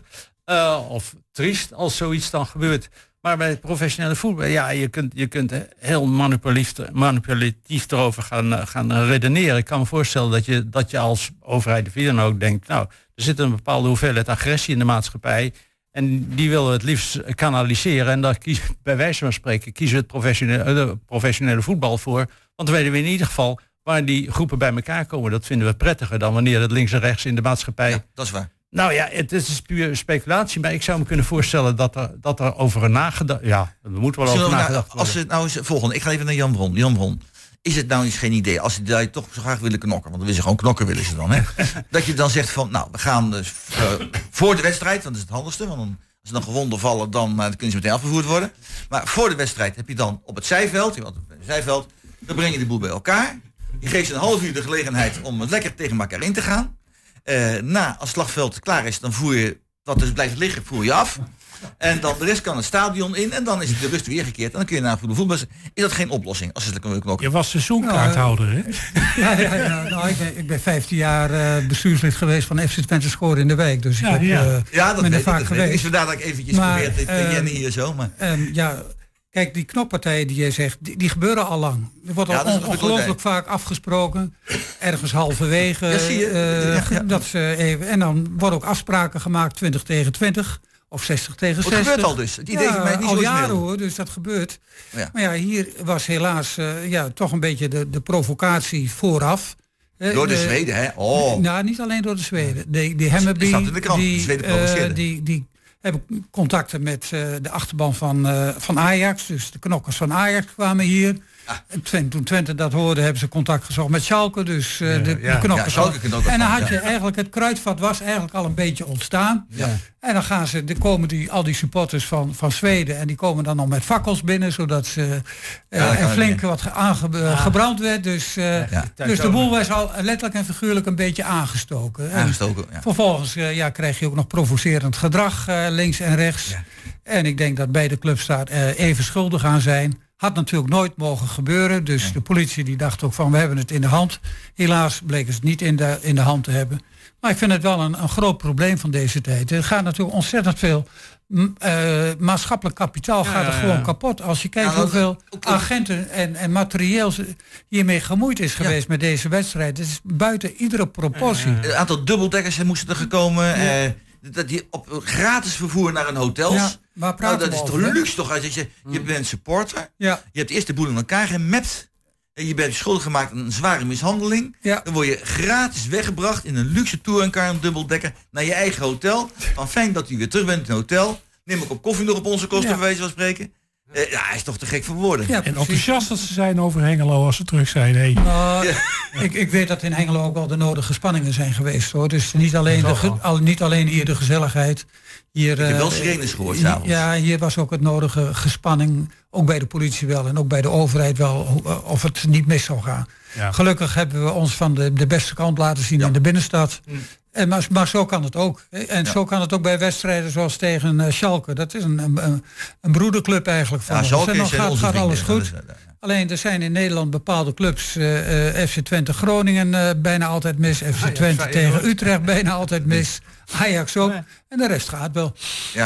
Of triest als zoiets dan gebeurt. Maar bij het professionele voetbal, je kunt heel manipulatief erover gaan redeneren. Ik kan me voorstellen dat je als overheid of wie dan ook denkt, nou, er zit een bepaalde hoeveelheid agressie in de maatschappij. En die willen we het liefst kanaliseren. En daar bij wijze van spreken kiezen we het professionele voetbal voor. Want dan weten we in ieder geval waar die groepen bij elkaar komen. Dat vinden we prettiger dan wanneer het links en rechts in de maatschappij... Ja, dat is waar. Nou ja, het is puur speculatie. Maar ik zou me kunnen voorstellen dat er over nagedacht... Ja, er moet wel over nagedacht worden. Als het nou is volgende. Ik ga even naar Jan Bron. Jan Bron. Is het nou eens geen idee, als ze daar toch zo graag willen knokken, want dan willen ze gewoon knokken, willen ze dan, hè? Dat je dan zegt van, nou, we gaan dus, voor de wedstrijd, want dat is het handigste, want als ze dan gewonden vallen, dan kunnen ze meteen afgevoerd worden. Maar voor de wedstrijd heb je dan op het zijveld, dan breng je de boel bij elkaar. Je geeft ze een half uur de gelegenheid om het lekker tegen elkaar in te gaan. Als het slagveld klaar is, dan voer je, wat dus blijft liggen, voer je af. En dan de rest kan het stadion in en dan is het de rust weergekeerd. En dan kun je naar voetbal. Is dat geen oplossing als ze het kunnen knokken? Je was seizoenkaarthouder, hè? Nou, ik ben 15 jaar bestuurslid geweest van FC Twente Scoren in de Wijk. Dus ik ben er vaak geweest. Is vandaar dat ik eventjes probeer te Jenny hier zo. Maar. Kijk, die knokpartijen die jij zegt, die gebeuren al lang. Er wordt al ongelooflijk vaak afgesproken. Ergens halverwege. Ja, zie je. En dan worden ook afspraken gemaakt 20 tegen 20. Of 60 tegen 60. Het gebeurt al dus. Het idee van mij niet al zo jaren hoor, dus dat gebeurt. Ja. Maar hier was helaas toch een beetje de provocatie vooraf. Door de Zweden, hè? Nou, niet alleen door de Zweden. Die Hammarby, die hebben contacten met de achterban van Ajax. Dus de knokkers van Ajax kwamen hier. En toen Twente dat hoorde, hebben ze contact gezocht met Schalke. Dus de knokkers. En dan had je eigenlijk, het kruidvat was eigenlijk al een beetje ontstaan. Ja. En dan komen al die supporters van Zweden. En die komen dan nog met fakkels binnen. Zodat ze flink wat gebrand werd. Dus de boel was al letterlijk en figuurlijk een beetje aangestoken. Vervolgens krijg je ook nog provocerend gedrag links en rechts. Ja. En ik denk dat beide clubs daar even schuldig aan zijn. Had natuurlijk nooit mogen gebeuren. Dus de politie die dacht ook van, we hebben het in de hand. Helaas bleken ze het niet in de hand te hebben. Maar ik vind het wel een groot probleem van deze tijd. Er gaat natuurlijk ontzettend veel maatschappelijk kapitaal gaat er gewoon kapot. Als je kijkt hoeveel agenten en materieel hiermee gemoeid is geweest met deze wedstrijd. Het is buiten iedere proportie. Een aantal dubbeldekkers moesten er gekomen. Dat die op gratis vervoer naar een hotel. Dat is toch luxe toch? Als je bent supporter. Ja. Je hebt eerst de boel in elkaar gemapt. En je bent schuldig gemaakt aan een zware mishandeling. Ja. Dan word je gratis weggebracht in een luxe touringcar, een dubbeldekker, naar je eigen hotel. Van fijn dat u weer terug bent in het hotel. Neem een kop koffie nog op onze kosten, bij wijze van spreken. Hij is toch te gek voor woorden. Ja, en enthousiast dat ze zijn over Hengelo als ze terug zijn. Hey. Ik weet dat in Hengelo ook wel de nodige spanningen zijn geweest, hoor. Dus niet alleen hier de gezelligheid. Hier, ik heb wel sirenes gehoord s'avonds. Ja, hier was ook het nodige gespanning. Ook bij de politie wel en ook bij de overheid wel. Of het niet mis zou gaan. Ja. Gelukkig hebben we ons van de beste kant laten zien in de binnenstad. Maar zo kan het ook. En zo kan het ook bij wedstrijden zoals tegen Schalke. Dat is een broederclub eigenlijk van ons. En dan gaat alles goed. Alleen er zijn in Nederland bepaalde clubs. FC Twente Groningen bijna altijd mis. FC Twente tegen Utrecht bijna altijd mis. Ajax ook. En de rest gaat wel.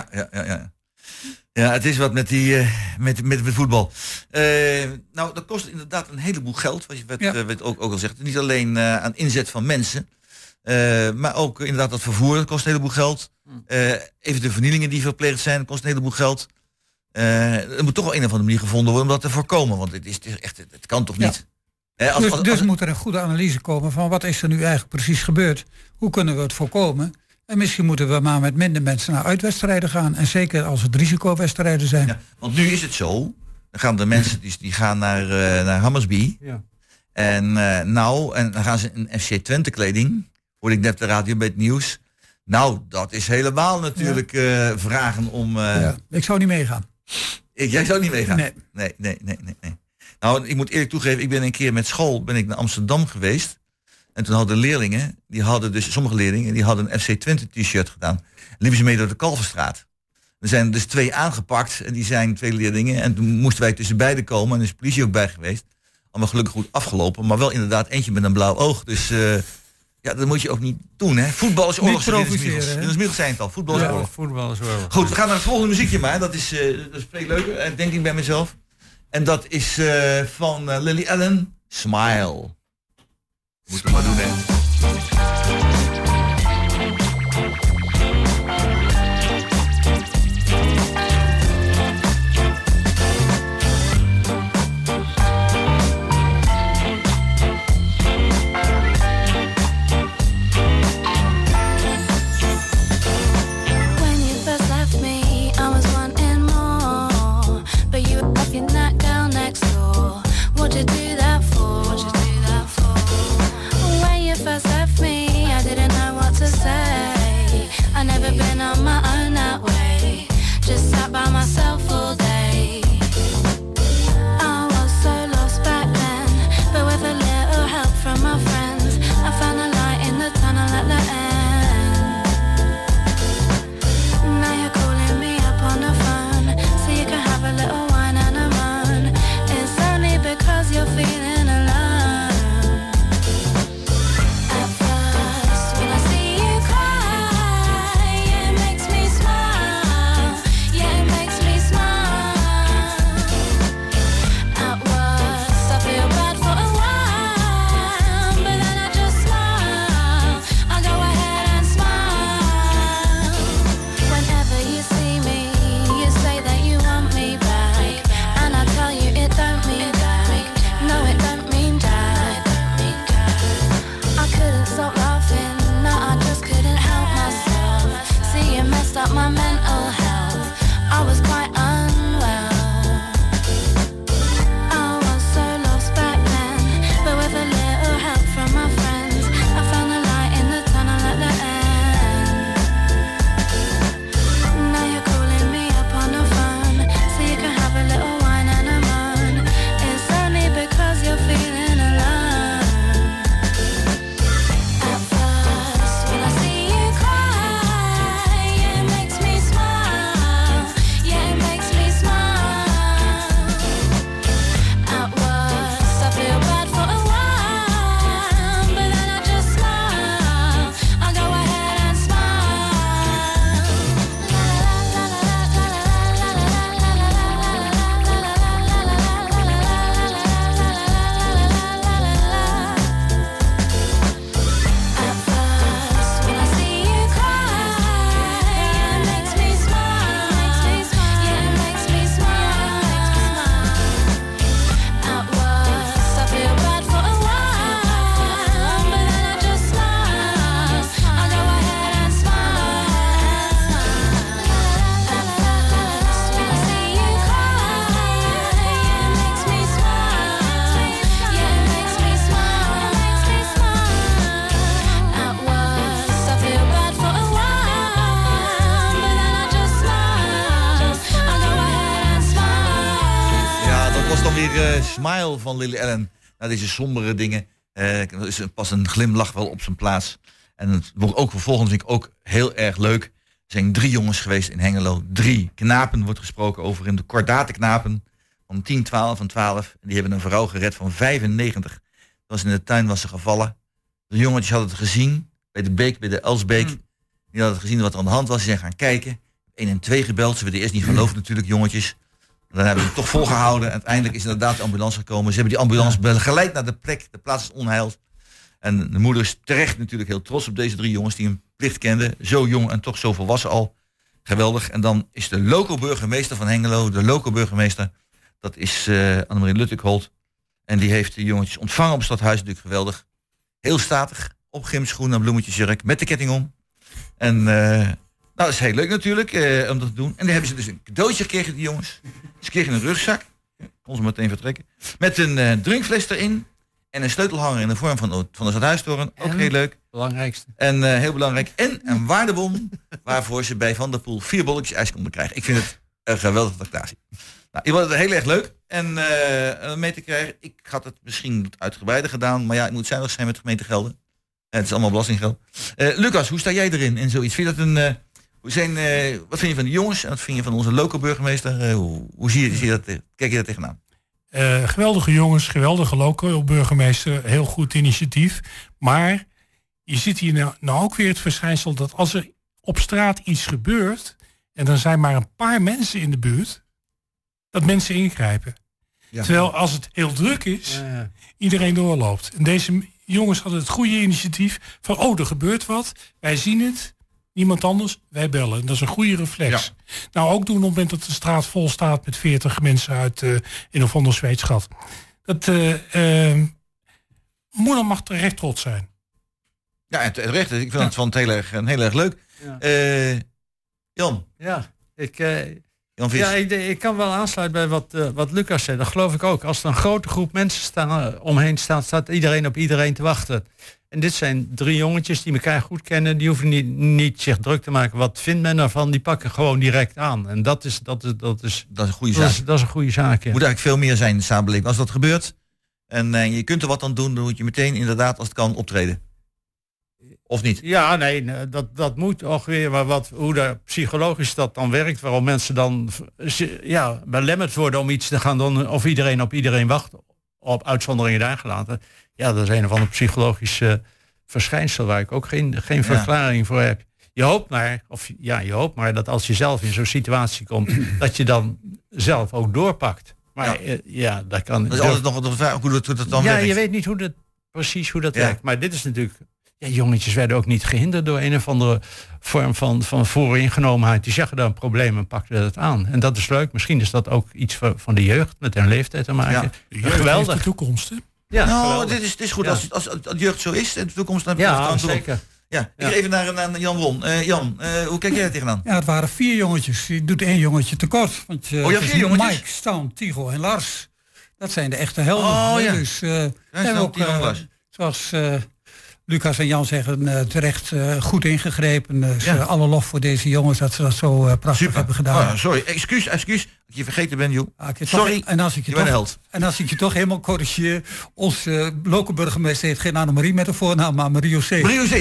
Ja, het is wat met met voetbal. Dat kost inderdaad een heleboel geld. Wat je ook al zegt. Niet alleen aan inzet van mensen. Maar ook inderdaad dat vervoer, dat kost een heleboel geld. Even de vernielingen die verpleegd zijn, kost een heleboel geld. Er moet toch op een of andere manier gevonden worden om dat te voorkomen. Want het kan toch niet? Dus moet er een goede analyse komen van wat is er nu eigenlijk precies gebeurd. Hoe kunnen we het voorkomen? En misschien moeten we maar met minder mensen naar uitwedstrijden gaan. En zeker als het risicowedstrijden zijn. Ja, want nu is het zo. Dan gaan de mensen die gaan naar Hammersby. Ja. En dan gaan ze in FC Twente kleding. Hoorde ik net de radio bij het nieuws. Nou, dat is helemaal natuurlijk vragen om... ik zou niet meegaan. Jij zou niet meegaan? Nee. Nou, ik moet eerlijk toegeven, ik ben een keer met school naar Amsterdam geweest. En toen hadden leerlingen, sommige leerlingen, die hadden een FC Twente t-shirt gedaan. Liepen ze mee door de Kalverstraat. Er zijn dus 2 aangepakt en die zijn 2 leerlingen. En toen moesten wij tussen beiden komen en er is de politie ook bij geweest. Allemaal gelukkig goed afgelopen, maar wel inderdaad eentje met een blauw oog. Dus dat moet je ook niet doen, hè. Voetbal is oorlog. Inmiddels zijn het al. Voetbal is oorlog. Voetbal is oorlog. Goed, we gaan naar het volgende muziekje maar. Dat is veel leuker, denk ik bij mezelf. En dat is van Lily Allen, Smile. Moet je maar doen, hè. Smile van Lily Allen. Nou, deze sombere dingen. Is pas een glimlach wel op zijn plaats. En het wordt ook vervolgens, vind ik ook heel erg leuk. Er zijn 3 jongens geweest in Hengelo. 3 knapen wordt gesproken over in de kordatenknapen. Van 10, 12 en 12. En die hebben een vrouw gered van 95. Dat was in de tuin, was ze gevallen. De jongetjes hadden het gezien. Bij de beek, bij de Elsbeek. Die hadden het gezien wat er aan de hand was. Ze zijn gaan kijken. 112 gebeld. Ze werden eerst niet geloofd natuurlijk, jongetjes. Dan hebben ze het toch volgehouden. Uiteindelijk is inderdaad de ambulance gekomen. Ze hebben die ambulance begeleid naar de plek. De plaats is onheild. En de moeder is terecht natuurlijk heel trots op deze 3 jongens die een plicht kenden. Zo jong en toch zo volwassen al. Geweldig. En dan is de loco-burgemeester van Hengelo. De loco-burgemeester. Dat is Annemarie Luttekholt. En die heeft de jongetjes ontvangen op het stadhuis, natuurlijk geweldig. Heel statig, op gymschoenen en bloemetjesjurk, met de ketting om. En dat is heel leuk natuurlijk, om dat te doen. En dan hebben ze dus een cadeautje gekregen, die jongens. Ze kregen een rugzak, kon ze meteen vertrekken. Met een drinkfles erin. En een sleutelhanger in de vorm van de stadhuistoren. Ook heel leuk. Belangrijkste. En heel belangrijk. En een waardebon waarvoor ze bij Van der Poel 4 bolletjes ijs konden krijgen. Ik vind het een geweldige tractatie. Nou, ik vond het heel erg leuk. En mee te krijgen. Ik had het misschien uitgebreider gedaan. Maar ja, het moet zuinig zijn met de gemeente Gelden. Het is allemaal belastinggeld. Lucas, hoe sta jij erin in zoiets? Vind je dat wat vind je van de jongens? En wat vind je van onze lokale burgemeester? Hoe zie je dat? Kijk je daar tegenaan? Geweldige jongens, geweldige lokale burgemeester. Heel goed initiatief. Maar je ziet hier nou ook weer het verschijnsel dat als er op straat iets gebeurt en er zijn maar een paar mensen in de buurt, dat mensen ingrijpen. Ja. Terwijl als het heel druk is, iedereen doorloopt. En deze jongens hadden het goede initiatief van er gebeurt wat, wij zien het, niemand anders, wij bellen. En dat is een goede reflex. Ja. Nou, ook doen op het moment dat de straat vol staat met 40 mensen uit in of onder Zweedschat. Moeder mag terecht trots zijn. Ja, en terecht. Ik vind het heel erg leuk. Ja. Jan? Ja, ik kan wel aansluiten bij wat Lucas zei. Dat geloof ik ook. Als er een grote groep mensen omheen staat iedereen op iedereen te wachten. En dit zijn 3 jongetjes die elkaar goed kennen. Die hoeven niet zich druk te maken. Wat vindt men ervan? Die pakken gewoon direct aan. En dat is een goede zaak. Dat is een goede zaak. Ja. Moet eigenlijk veel meer zijn in de samenleving. Als dat gebeurt en je kunt er wat aan doen, dan moet je meteen inderdaad, als het kan, optreden. Of niet? Ja, nee, dat moet ook weer. Maar hoe dat psychologisch dat dan werkt, waarom mensen dan belemmerd worden om iets te gaan doen, of iedereen op iedereen wacht, op uitzonderingen daar gelaten. Ja, dat is een of ander psychologisch verschijnsel waar ik ook geen verklaring voor heb. Je hoopt maar dat als je zelf in zo'n situatie komt, dat je dan zelf ook doorpakt. Maar dat kan. Dat is altijd nog de vraag hoe dat dan werkt. Ja, je weet niet precies hoe dat werkt. Maar dit is natuurlijk. Ja, jongetjes werden ook niet gehinderd door een of andere vorm van vooringenomenheid. Die zeggen dan een probleem en pakken het aan. En dat is leuk. Misschien is dat ook iets van de jeugd met hun leeftijd te maken. Ja, de jeugd geweldig. Heeft de toekomst, hè? Ja, dit is goed. Ja. Als de jeugd zo is en de toekomst, dan heb je het zeker. Ja, ik ga even naar Jan Won. Jan, hoe kijk jij er tegenaan? Ja, het waren 4 jongetjes. Je doet 1 jongetje tekort. Want, 4 jongetjes? Mike, Stan, Tigo en Lars. Dat zijn de echte helden. Dus zoals Lucas en Jan zeggen, terecht goed ingegrepen. Alle lof voor deze jongens dat ze dat zo prachtig hebben gedaan. Sorry, excuus dat ik je vergeten ben, joh. Sorry, en als ik je toch helemaal corrigeer. Onze lokale burgemeester heeft geen Annemarie met de voornaam, maar Marie-José. Marie-José,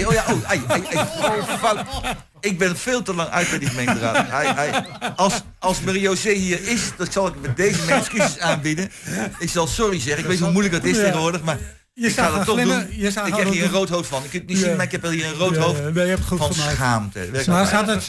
fout. Ik ben veel te lang uit bij die gemeenteraad. Als Marie-José hier is, dan zal ik met deze mijn excuses aanbieden. Ik zal sorry zeggen, ik weet hoe moeilijk dat is tegenwoordig, maar ik ga dat toch doen. Ik krijg hier een rood hoofd van. Ik kan het niet zien, maar ik heb hier een rood hoofd je hebt het goed van gemaakt. Schaamte. Maar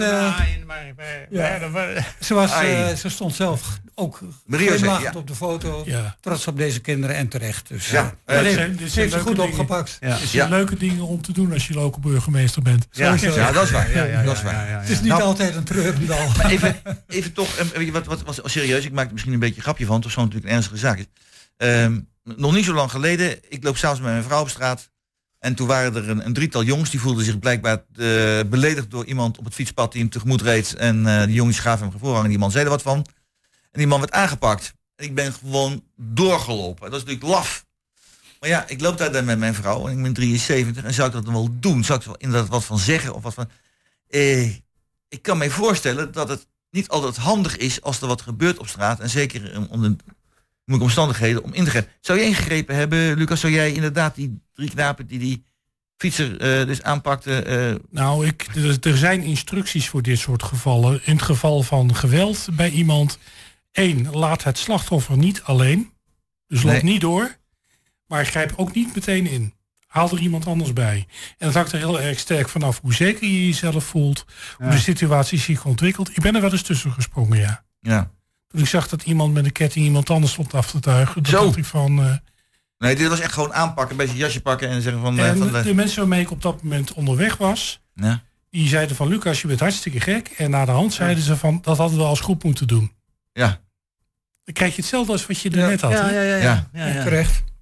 ze stond zelf ook glimlachend op de foto. Ja. Trots op deze kinderen en terecht. Dus ze heeft ze goed opgepakt. Het zijn leuke dingen om te doen als je lokale burgemeester bent. Ja, dat is waar. Het is niet altijd een treurendal. Maar even toch, wat serieus. Ik maak er misschien een beetje een grapje van. Toch zo'n natuurlijk een ernstige zaak is. Nog niet zo lang geleden, ik loop s'avonds met mijn vrouw op straat. En toen waren er een 3-tal jongens, die voelden zich blijkbaar beledigd door iemand op het fietspad die hem tegemoet reed. En die jongens gaven hem voorrang en die man zei er wat van. En die man werd aangepakt. En ik ben gewoon doorgelopen. Dat is natuurlijk laf. Maar ja, ik loop daar met mijn vrouw en ik ben 73. En zou ik dat dan wel doen? Zou ik er wel inderdaad wat van zeggen? Of wat van? Ik kan me voorstellen dat het niet altijd handig is als er wat gebeurt op straat. En zeker om de moeilijke omstandigheden om in te grijpen. Zou je ingegrepen hebben, Lucas? Zou jij inderdaad die 3 knapen die fietser dus aanpakte? Nou, er zijn instructies voor dit soort gevallen. In het geval van geweld bij iemand. 1, laat het slachtoffer niet alleen. Dus loop niet door. Maar grijp ook niet meteen in. Haal er iemand anders bij. En dat hangt er heel erg sterk vanaf hoe zeker je jezelf voelt. Hoe de situatie zich ontwikkelt. Ik ben er wel eens tussen gesprongen, ja. Toen ik zag dat iemand met een ketting iemand anders stond af te tuigen. Toen dacht ik van... Nee, dit was echt gewoon aanpakken, een beetje jasje pakken en zeggen van... de mensen waarmee ik op dat moment onderweg was... Ja. Die zeiden van Lucas, je bent hartstikke gek. En na de hand zeiden ze van, dat hadden we als groep moeten doen. Ja. Dan krijg je hetzelfde als wat je er net had. Ja. Terecht.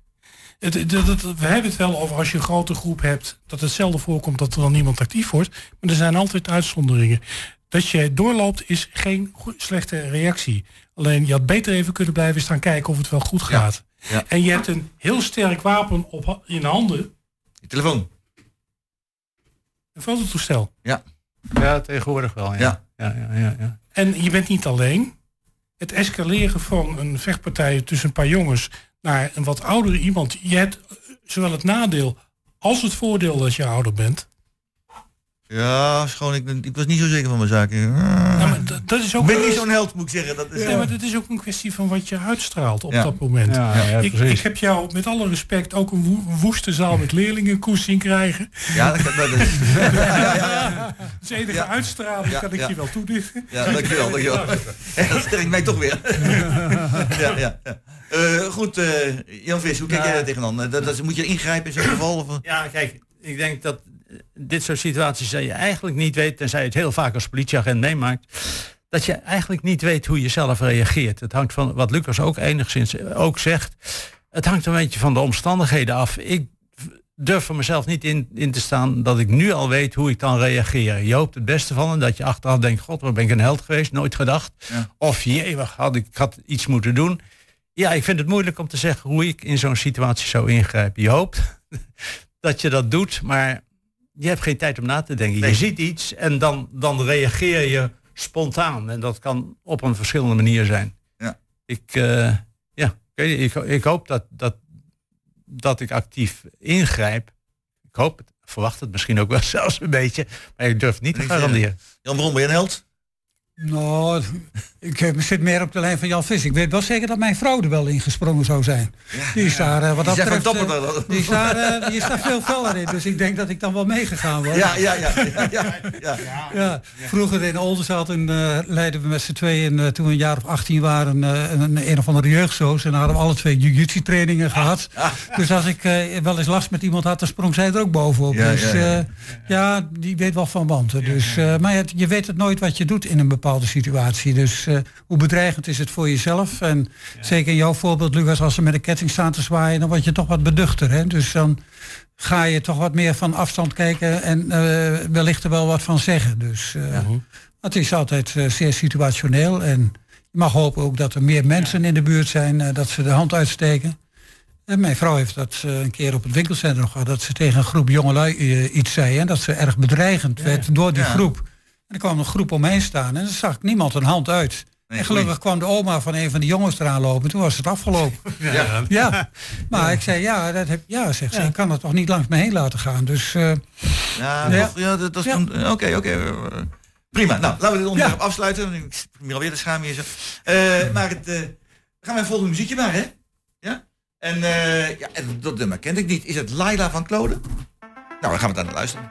We hebben het wel over als je een grote groep hebt, dat het zelden voorkomt dat er dan niemand actief wordt. Maar er zijn altijd uitzonderingen. Dat je doorloopt is geen slechte reactie. Alleen je had beter even kunnen blijven staan kijken of het wel goed gaat. Ja. En je hebt een heel sterk wapen in de handen. Je telefoon. Een fototoestel. Ja. Ja, tegenwoordig wel. Ja. Ja. En je bent niet alleen. Het escaleren van een vechtpartij tussen een paar jongens naar een wat oudere iemand. Je hebt zowel het nadeel als het voordeel dat je ouder bent. Ja, schoon, ik was niet zo zeker van mijn zaken. Maar dat is ook ik ben niet zo'n held, moet ik zeggen. Dat is maar dat is ook een kwestie van wat je uitstraalt op dat moment. Ja, ik heb jou met alle respect ook een woeste zaal met leerlingenkoers zien krijgen. Ja, dat kan. Dus enige uitstraling kan ik je wel toedichten. Ja, dankjewel. Dat sterkt mij toch weer. Ja. Goed, Jan Vis, hoe kijk jij daar tegenaan? Moet je ingrijpen in zo'n geval? Of? Ja, kijk, ik denk dat dit soort situaties dat je eigenlijk niet weet, tenzij je het heel vaak als politieagent meemaakt, dat je eigenlijk niet weet hoe je zelf reageert. Het hangt van, wat Lucas ook enigszins ook zegt, het hangt een beetje van de omstandigheden af. Ik durf voor mezelf niet in te staan dat ik nu al weet hoe ik dan reageer. Je hoopt het beste van en dat je achteraf denkt, god, waar ben ik een held geweest, nooit gedacht. Ja. Of jee, ik had iets moeten doen. Ja, ik vind het moeilijk om te zeggen hoe ik in zo'n situatie zou ingrijpen. Je hoopt dat je dat doet, maar je hebt geen tijd om na te denken. Nee. Je ziet iets en dan reageer je spontaan. En dat kan op een verschillende manier zijn. Ja. Ik hoop dat ik actief ingrijp. Ik hoop het, verwacht het misschien ook wel zelfs een beetje. Maar ik durf het niet te garanderen. Jan Bron, ben je een held? Nou, ik zit meer op de lijn van Jan Vis. Ik weet wel zeker dat mijn vrouw er wel ingesprongen zou zijn. Die is daar, wat dat betreft, die is daar veel feller in. Dus ik denk dat ik dan wel meegegaan was. Ja. Vroeger in Oldenzaal, toen leidden we met z'n tweeën, toen we een jaar of 18 waren, een of andere jeugdsoos. En dan hadden we alle twee jiu-jitsu trainingen gehad. Dus als ik wel eens last met iemand had, dan sprong zij er ook bovenop. Die weet wel van wanten. Dus, maar je weet het nooit wat je doet in een bepaalde situatie. Dus hoe bedreigend is het voor jezelf? En zeker in jouw voorbeeld, Lucas, als ze met een ketting staan te zwaaien, dan word je toch wat beduchter. Hè? Dus dan ga je toch wat meer van afstand kijken en wellicht er wel wat van zeggen. Dus het is altijd zeer situationeel. En je mag hopen ook dat er meer mensen in de buurt zijn, dat ze de hand uitsteken. En mijn vrouw heeft dat een keer op het winkelcentrum gehad, dat ze tegen een groep jongelui iets zei en dat ze erg bedreigend werd door die groep. En er kwam een groep omheen staan en dan zag niemand een hand uit. Nee, en gelukkig kwam de oma van een van die jongens eraan lopen. Toen was het afgelopen. Maar ik zei, zegt ze, ik kan het toch niet langs me heen laten gaan. Dus, dat is oké. Prima, nou, laten we dit onderwerp afsluiten. Ik ben alweer de schaam hier zo. Maar gaan we een volgende muziekje maar, hè? Ja? En dat nummer kende ik niet. Is het Laila van Claude? Nou, dan gaan we daar naar luisteren.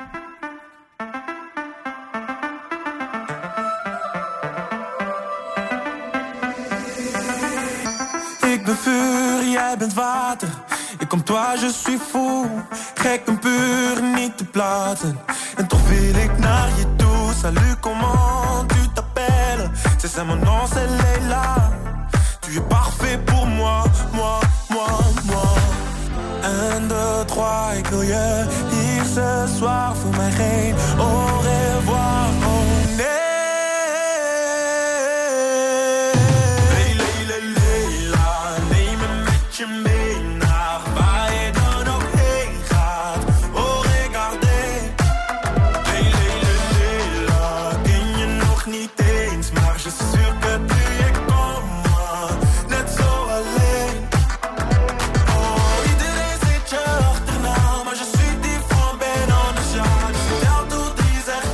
Ik ben vuur, jij bent water. Ik kom toi, je suis fou. Gek en puur, niet te platen. En toch wil ik naar je toe. Salut, comment tu t'appelles? C'est ça mon nom, c'est Leila. Tu es parfait pour moi, moi. 1, 2, 3, ik wil je hier ce soir. Voor mij geen au revoir, oh nee. Iedereen zit je achterna, maar je suis différent, ben anders, ja. Dus vertel tout, die zeg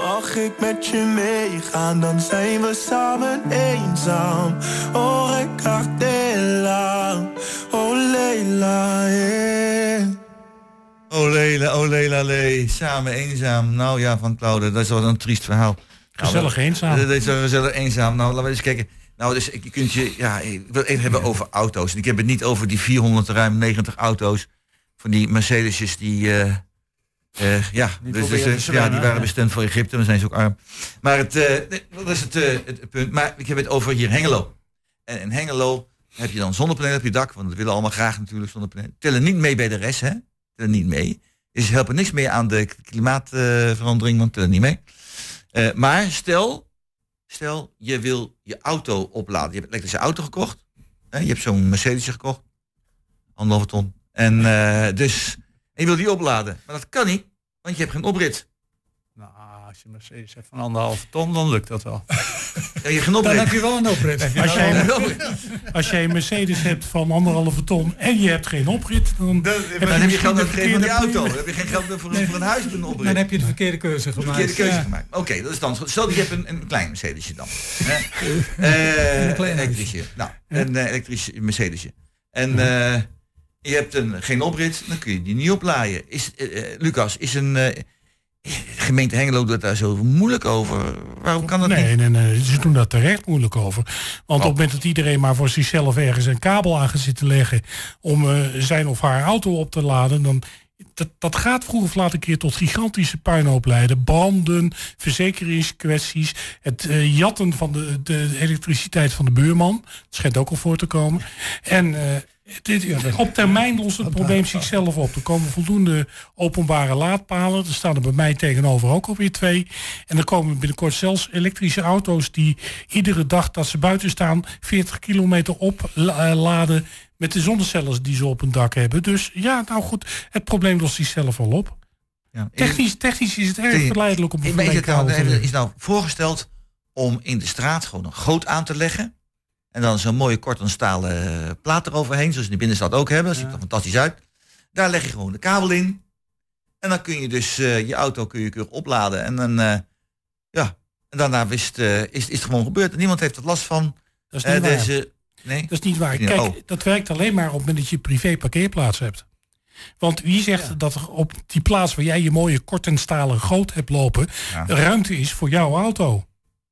Mag ik met je meegaan, dan zijn we samen eenzaam. Oh, Ricardella, oh Leila, yeah. Oh Leila, lee. Samen eenzaam. Nou ja, van Claude, dat is wel een triest verhaal. Gezellig eenzaam. Dat is wel gezellig eenzaam. Nou, laten we eens kijken. Nou, dus ik wil even hebben over auto's. En ik heb het niet over die 490 auto's van die Mercedesjes die... die waren bestemd voor Egypte, dan zijn ze ook arm. Maar dat is het punt. Maar ik heb het over hier Hengelo. En in Hengelo heb je dan zonnepanelen op je dak, want dat willen allemaal graag natuurlijk zonnepanelen. Tellen niet mee bij de rest, hè? Tellen niet mee. Dus ze helpen niks mee aan de klimaatverandering, want tellen niet mee. Maar stel, je wil je auto opladen. Je hebt een elektrische auto gekocht. Je hebt zo'n Mercedes gekocht. 1,5 ton. En je wil die opladen. Maar dat kan niet, want je hebt geen oprit. Nou, als je Mercedes hebt van 1,5 ton, dan lukt dat wel. Ja, je geen oprit. Dan heb je wel een oprit. Als jij een Mercedes hebt van 1,5 ton en je hebt geen oprit, dan heb je geld uitgegeven voor die auto. Dan heb je geen geld meer voor een huis met een oprit. Dan heb je de verkeerde keuze gemaakt. Oké, dat is dan. Stel je hebt een klein Mercedesje dan. Elektrische. Nou, een elektrisch Mercedesje. En je hebt geen oprit, dan kun je die niet oplaaien. Lucas, is gemeente Hengelo doet daar zo moeilijk over? Waarom kan dat niet? Nee, ze doen daar terecht moeilijk over. Want op het moment dat iedereen maar voor zichzelf ergens een kabel aan gaat zitten leggen om zijn of haar auto op te laden, dan dat gaat vroeg of laat een keer tot gigantische puinhoop leiden. Branden, verzekeringskwesties, het jatten van de elektriciteit van de buurman. Dat schijnt ook al voor te komen. En op termijn lost het probleem zichzelf op. Er komen voldoende openbare laadpalen. Er staan er bij mij tegenover ook alweer 2. En er komen binnenkort zelfs elektrische auto's die iedere dag dat ze buiten staan 40 kilometer opladen met de zonnecellen die ze op een dak hebben. Dus ja, nou goed, het probleem lost zichzelf al op. Ja. Technisch is het erg verleidelijk om een is nou voorgesteld om in de straat gewoon een goot aan te leggen. En dan zo'n mooie kortenstalen plaat eroverheen, zoals in de binnenstad ook hebben. Dat ziet er fantastisch uit. Daar leg je gewoon de kabel in. En dan kun je dus je auto keurig opladen. En dan, en daarna is het gewoon gebeurd. En niemand heeft er last van. Dat is niet waar. Nee? Dat is niet waar. Kijk, dat werkt alleen maar op het moment dat je privé parkeerplaats hebt. Want wie zegt dat er op die plaats waar jij je mooie kortenstalen goot hebt lopen, ruimte is voor jouw auto?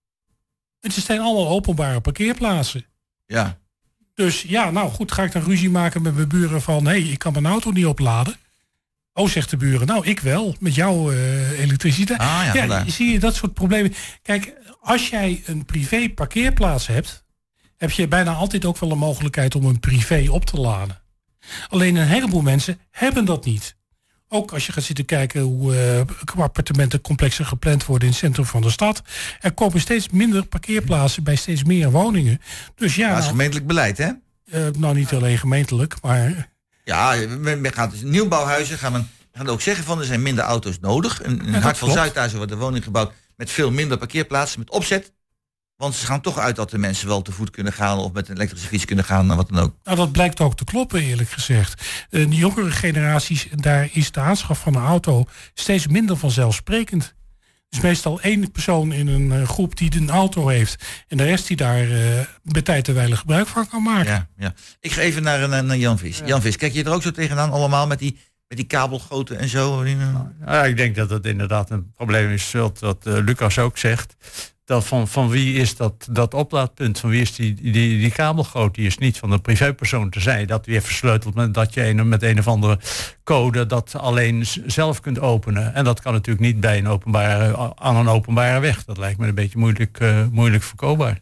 Het zijn allemaal openbare parkeerplaatsen. Ja. Dus ja, nou goed, ga ik dan ruzie maken met mijn buren van ik kan mijn auto niet opladen. Oh, zegt de buren, nou ik wel, met jouw elektriciteit. Zie je dat soort problemen. Kijk, als jij een privé parkeerplaats hebt, heb je bijna altijd ook wel een mogelijkheid om een privé op te laden. Alleen een heleboel mensen hebben dat niet. Ook als je gaat zitten kijken hoe appartementencomplexen gepland worden in het centrum van de stad. Er komen steeds minder parkeerplaatsen bij steeds meer woningen. Dus ja, dat is gemeentelijk beleid, hè? Nou, niet alleen gemeentelijk, maar... Ja, men gaat dus nieuwbouwhuizen, gaan ook zeggen van er zijn minder auto's nodig. In het hart van Zuidhuizen wordt de woning gebouwd met veel minder parkeerplaatsen, met opzet. Want ze gaan toch uit dat de mensen wel te voet kunnen gaan of met een elektrische fiets kunnen gaan en wat dan ook. Nou, dat blijkt ook te kloppen, eerlijk gezegd. De jongere generaties, daar is de aanschaf van een auto steeds minder vanzelfsprekend. Er is meestal 1 persoon in een groep die een auto heeft en de rest die daar bij tijd en wijle gebruik van kan maken. Ja. Ik ga even naar Jan Vis. Ja. Jan Vis, kijk je er ook zo tegenaan allemaal met die kabelgoten en zo? Ja, ik denk dat het inderdaad een probleem is, wat Lucas ook zegt. Dat van wie is dat oplaadpunt? Van wie is die kabelgoot? Die is niet van een privépersoon te zijn. Dat weer versleuteld met dat je met een of andere code dat alleen zelf kunt openen. En dat kan natuurlijk niet bij aan een openbare weg. Dat lijkt me een beetje moeilijk voorkoopbaar.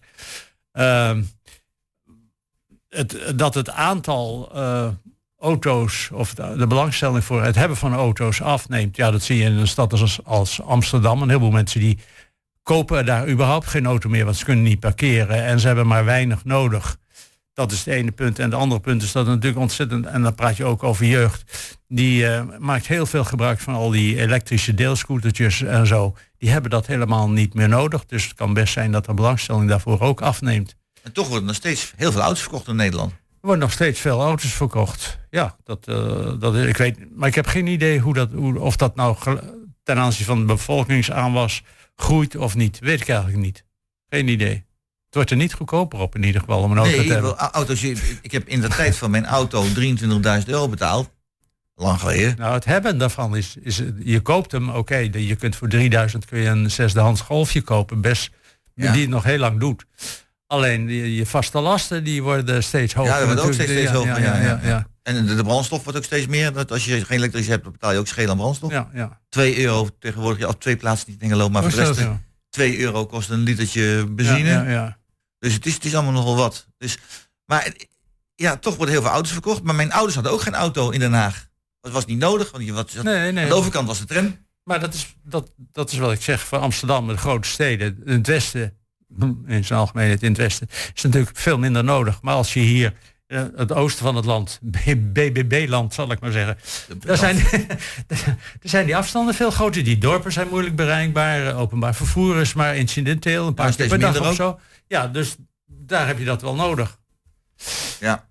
Dat het aantal auto's of de belangstelling voor het hebben van auto's afneemt. Ja, dat zie je in een stad als Amsterdam. Een heleboel mensen die kopen daar überhaupt geen auto meer, want ze kunnen niet parkeren en ze hebben maar weinig nodig. Dat is het ene punt. En het andere punt is dat het natuurlijk ontzettend, en dan praat je ook over jeugd, die maakt heel veel gebruik van al die elektrische deelscootertjes en zo. Die hebben dat helemaal niet meer nodig. Dus het kan best zijn dat de belangstelling daarvoor ook afneemt. En toch worden nog steeds heel veel auto's verkocht in Nederland. Er worden nog steeds veel auto's verkocht. Ja, dat ik weet, maar ik heb geen idee of dat nou ten aanzien van de bevolkingsaanwas groeit of niet. Weet ik eigenlijk niet. Geen idee. Het wordt er niet goedkoper op in ieder geval om een auto te hebben. Auto's, ik heb in de tijd van mijn auto €23.000 betaald. Lang geleden. Nou, het hebben daarvan is je koopt hem, oké, je kunt voor €3.000 kun je een zesdehands Golfje kopen, best, die het nog heel lang doet. Alleen je vaste lasten, die worden steeds hoger. Ja, dat wordt ook steeds hoger. Ja. En de brandstof wordt ook steeds meer. Dat als je geen elektrisch hebt, dan betaal je ook scheel aan brandstof. Ja. €2 tegenwoordig, op 2 plaatsen niet in Hengelo, maar voor de rest €2 kost een litertje benzine. Ja. Dus het is allemaal nogal wat. Dus, maar ja, toch worden heel veel auto's verkocht. Maar mijn ouders hadden ook geen auto in Den Haag. Dat was niet nodig, want aan de overkant was de tram. Maar dat is wat ik zeg van Amsterdam, de grote steden, in het westen, in zijn algemeenheid in het westen, is natuurlijk veel minder nodig. Maar als je hier het oosten van het land, BBB-land zal ik maar zeggen, daar zijn die afstanden veel groter. Die dorpen zijn moeilijk bereikbaar, openbaar vervoer is maar incidenteel, een paar keer per dag of zo. Ja, dus daar heb je dat wel nodig. Ja.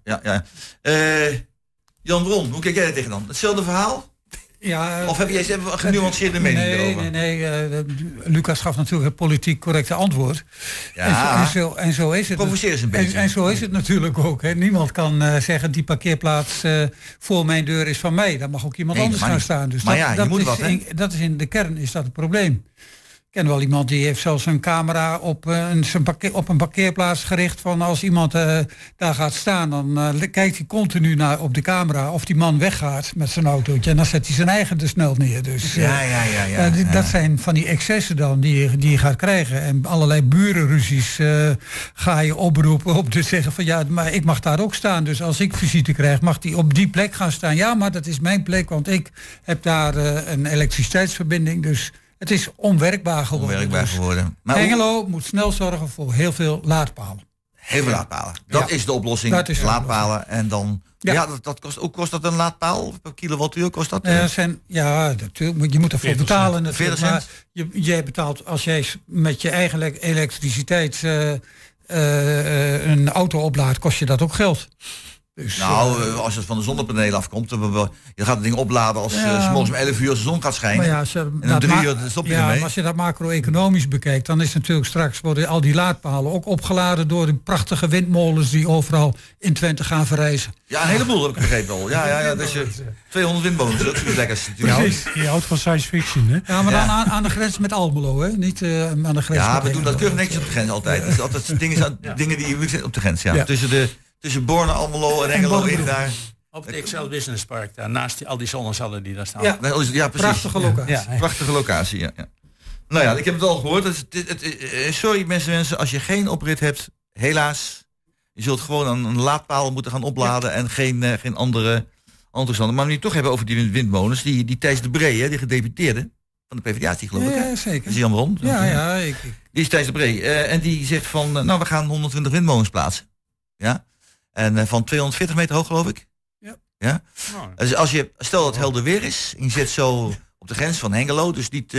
Jan Bron, hoe kijk jij er tegenaan? Hetzelfde verhaal? Ja, of heb jij een genuanceerde mening erover? Nee. Lucas gaf natuurlijk het politiek correcte antwoord. Ja. En zo is het. Provoceer eens een beetje. En zo is het natuurlijk ook. Hè. Niemand kan zeggen die parkeerplaats voor mijn deur is van mij. Daar mag ook iemand anders gaan staan. Dus dat is in de kern is dat het probleem. Ik ken wel iemand die heeft zelfs een camera op een parkeerplaats gericht van als iemand daar gaat staan, dan kijkt hij continu op de camera of die man weggaat met zijn autootje en dan zet hij zijn eigen er snel neer. Dus dat zijn van die excessen dan die je gaat krijgen en allerlei burenruzies ga je oproepen op te zeggen van ja, maar ik mag daar ook staan. Dus als ik visite krijg, mag die op die plek gaan staan. Ja, maar dat is mijn plek, want ik heb daar een elektriciteitsverbinding, dus het is onwerkbaar geworden. Maar Hengelo moet snel zorgen voor heel veel laadpalen. Heel veel laadpalen. Dat is de oplossing. Laadpalen. En dan... dat kost, hoe kost dat een laadpaal? Per kilowattuur kost dat? Natuurlijk. Je moet ervoor betalen. Natuurlijk, maar jij betaalt, als jij met je eigen elektriciteit een auto oplaadt, kost je dat ook geld. Dus, als het van de zonnepanelen afkomt, je gaat het ding opladen als 's morgens om 11 uur als de zon gaat schijnen. En om 3 uur stop je ermee. Maar als je dat macro-economisch bekijkt, dan is natuurlijk straks worden al die laadpalen ook opgeladen door de prachtige windmolens die overal in Twente gaan verrijzen. Ja, een heleboel heb ik begrepen al. Ja, dus 200 windmolens, dat is lekker. Precies, je houdt van science fiction, hè? Ja, maar dan aan de grens met Almelo, hè? Niet aan de grens. Ja, we doen dat keurig netjes op de grens altijd. Dat is altijd dingen die op de grens, tussen Borne, Almelo en Hengelo ligt daar. Op het Excel Business Park, daar naast die, al die zonnecellen die daar staan. Ja, precies. Prachtige locatie. Prachtige locatie, ja. Nou ja, ik heb het al gehoord. Sorry mensen, als je geen oprit hebt, helaas. Je zult gewoon een laadpaal moeten gaan opladen en geen andere toestanden. Maar nu het toch hebben over die windmolens, die Thijs de Bree, die gedeputeerde van de PvdA, die geloof ik. Ja, zeker. Dat is Jan Bron. Die is Thijs de Bree. En die zegt van, we gaan 120 windmolens plaatsen. Ja. En van 240 meter hoog, geloof ik. Ja? Dus stel dat het helder weer is, en je zet zo op de grens van Hengelo, dus niet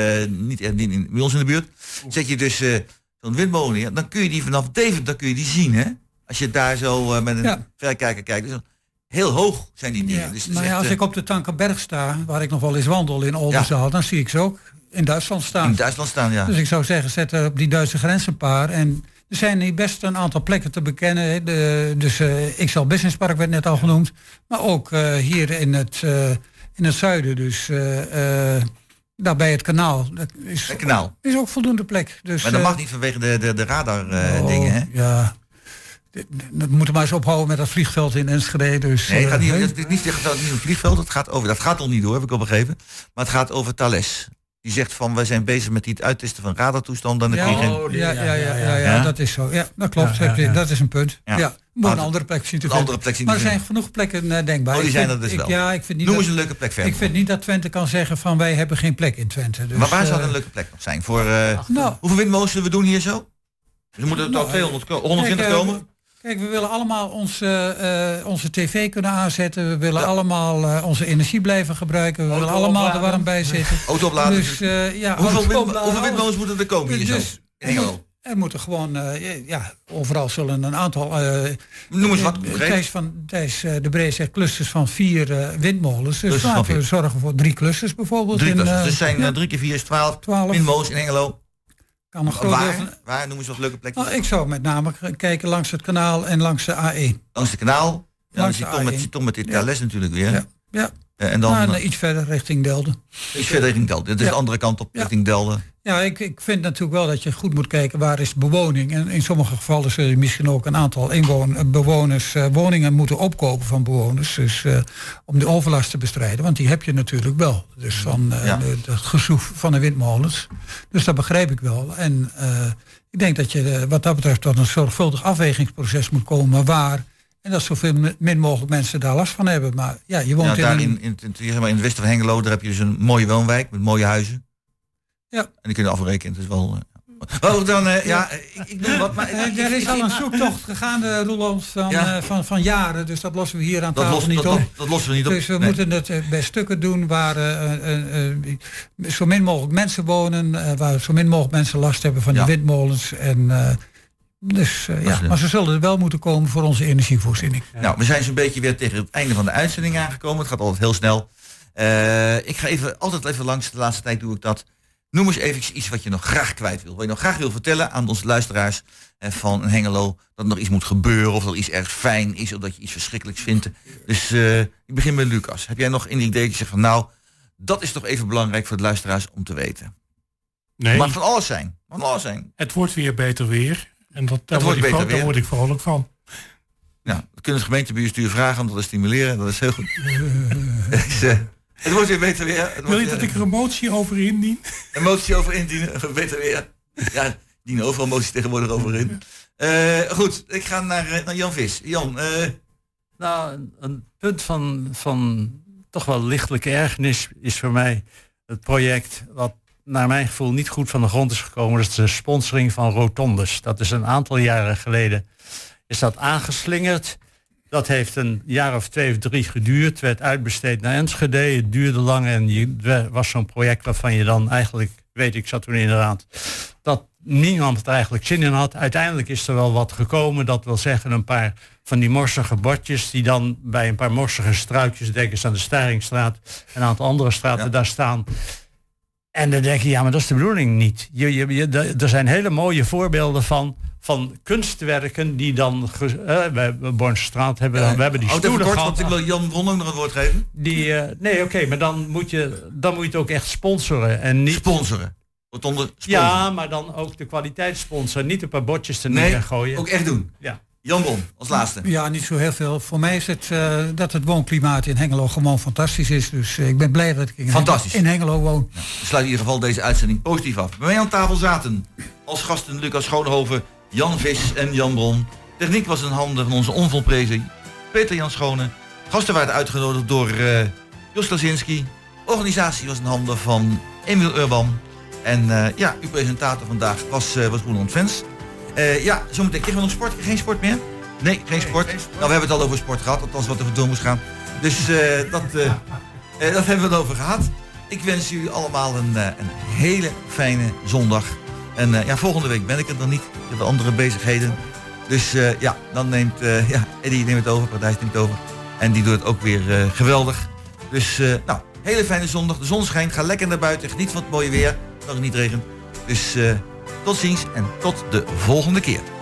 bij ons in de buurt, zet je dus zo'n windmolen neer, dan kun je die vanaf Deventer zien, hè? Als je daar zo met een verrekijker kijkt. Dus heel hoog zijn die dingen. Dus als ik op de Tankerberg sta, waar ik nog wel eens wandel in Oldenzaal, dan zie ik ze ook in Duitsland staan. Dus ik zou zeggen, zet er op die Duitse grens een paar en er zijn hier best een aantal plekken te bekennen. Dus XL Business Park werd net al genoemd. Maar ook hier in het zuiden. Dus daar bij het kanaal. Het kanaal. Is ook voldoende plek. Dus, maar dat mag niet vanwege de radar dingen, hè? Ja. Dat moeten we maar eens ophouden met dat vliegveld in Enschede. Dus, nee, het gaat niet om het vliegveld. Dat gaat al niet door, heb ik al begrepen. Maar het gaat over Thales. Die zegt van, wij zijn bezig met het uittesten van radartoestanden. Dat is zo. Ja, dat klopt. Dat is een punt. Moet een andere plek zien te vinden. Maar er zijn genoeg plekken denkbaar. Die zijn er dus wel. Noem eens een leuke plek verder. Ik vind niet dat Twente kan zeggen van, wij hebben geen plek in Twente. Dus, maar waar zou een leuke plek nog zijn? Hoeveel windmolens zullen we doen hier zo? Dus moeten er al 120 komen? Kijk, we willen allemaal onze tv kunnen aanzetten. We willen allemaal onze energie blijven gebruiken. We willen allemaal er warm bij zitten. Auto opladen. Dus, hoeveel windmolens moeten er komen hier zo? Er moeten gewoon, overal zullen een aantal... Noem eens wat Thijs de Bree zegt clusters van 4 windmolens. Dus laten we zorgen voor 3 clusters bijvoorbeeld. 3 clusters. Dus zijn 3 keer 4 is 12 windmolens in Hengelo. kan een groot deel van... Waar? Noem eens wat leuke plekjes. Ik zou met name kijken langs het kanaal en langs de A1. Langs de kanaal? Ja, langs dan zit je toch met dit les natuurlijk weer. Ja. En dan iets verder richting Delden. Iets verder richting Delden. Dit is de andere kant op, richting Delden. Ja, ik vind natuurlijk wel dat je goed moet kijken waar is de bewoning. En in sommige gevallen zul je misschien ook een aantal bewoners woningen moeten opkopen van bewoners. Dus om de overlast te bestrijden. Want die heb je natuurlijk wel. Dus van het gezoef van de windmolens. Dus dat begrijp ik wel. En ik denk dat je wat dat betreft tot een zorgvuldig afwegingsproces moet komen waar... En dat zoveel min mogelijk mensen daar last van hebben. Maar ja, je woont in het westen van Hengelo, daar heb je dus een mooie woonwijk met mooie huizen. Ja. En die kunnen afrekenen. Het is wel... ik noem wat. Maar er is al een zoektocht gegaan, Roeland, van jaren. Dus dat lossen we hier aan tafel niet op. Dat lossen we niet op. Dus we moeten het bij stukken doen waar zo min mogelijk mensen wonen. Waar zo min mogelijk mensen last hebben van die windmolens. En... maar ze zullen er wel moeten komen voor onze energievoorziening. Ja. Nou, we zijn zo'n beetje weer tegen het einde van de uitzending aangekomen. Het gaat altijd heel snel. Ik ga altijd even langs, de laatste tijd doe ik dat. Noem eens even iets wat je nog graag kwijt wil. Wat je nog graag wil vertellen aan onze luisteraars van Hengelo. Dat er nog iets moet gebeuren of dat iets erg fijn is. Of dat je iets verschrikkelijks vindt. Dus ik begin met Lucas. Heb jij nog een idee dat je zegt van nou, dat is toch even belangrijk voor de luisteraars om te weten? Nee. Maar van alles zijn. Het wordt weer beter weer. En daar word ik vrolijk van. Nou, dat kunnen het gemeentebestuur vragen om dat te stimuleren. Dat is heel goed. Het wordt weer beter weer. Wil je dat ik er een motie over indien? Een motie over indienen, beter weer. Ja, dienen overal moties tegenwoordig over in. Goed, ik ga naar Jan Vis. Jan, Nou, een punt van toch wel lichtelijke ergernis is voor mij het project wat naar mijn gevoel niet goed van de grond is gekomen. Dat is de sponsoring van rotondes. Dat is een aantal jaren geleden is dat aangeslingerd. Dat heeft een jaar of 2 of 3 geduurd. Het werd uitbesteed naar Enschede. Het duurde lang en er was zo'n project waarvan je dan eigenlijk, ik zat toen in de raad, dat niemand er eigenlijk zin in had. Uiteindelijk is er wel wat gekomen. Dat wil zeggen een paar van die morsige bordjes die dan bij een paar morsige struikjes, denk eens aan de Staringstraat, een aantal andere straten daar staan. En dan denk je, ja, maar dat is de bedoeling niet. Er zijn hele mooie voorbeelden van kunstwerken die dan... bij Bornstraat hebben we hebben die stoelen gehad. Want ik wil Jan Bron ook nog een woord geven. Maar dan moet je het ook echt sponsoren. En niet sponsoren? Ja, maar dan ook de kwaliteit sponsoren. Niet een paar bordjes neer gooien. Ook echt doen? Ja. Jan Bron, als laatste. Ja, niet zo heel veel. Voor mij is het dat het woonklimaat in Hengelo gewoon fantastisch is. Dus ik ben blij dat ik in Hengelo woon. Nou, we sluiten in ieder geval deze uitzending positief af. Bij mij aan tafel zaten als gasten Lucas Schoonhoven, Jan Vis en Jan Bron. Techniek was in handen van onze onvolprezen Peter Jan Schone. Gasten werden uitgenodigd door Jos Klasinski. Organisatie was in handen van Emiel Urban. En uw presentator vandaag was Roeland Vens. Zometeen kregen we nog sport. Geen sport meer? Nee, geen sport. Nou, we hebben het al over sport gehad, althans wat er door moest gaan. Dus dat hebben we het over gehad. Ik wens jullie allemaal een hele fijne zondag. En volgende week ben ik er dan niet. Ik heb andere bezigheden. Dus dan neemt Eddie neemt het over, Partij neemt het over. En die doet het ook weer geweldig. Dus hele fijne zondag. De zon schijnt, ga lekker naar buiten. Geniet van het mooie weer, dat het niet regent. Dus tot ziens en tot de volgende keer.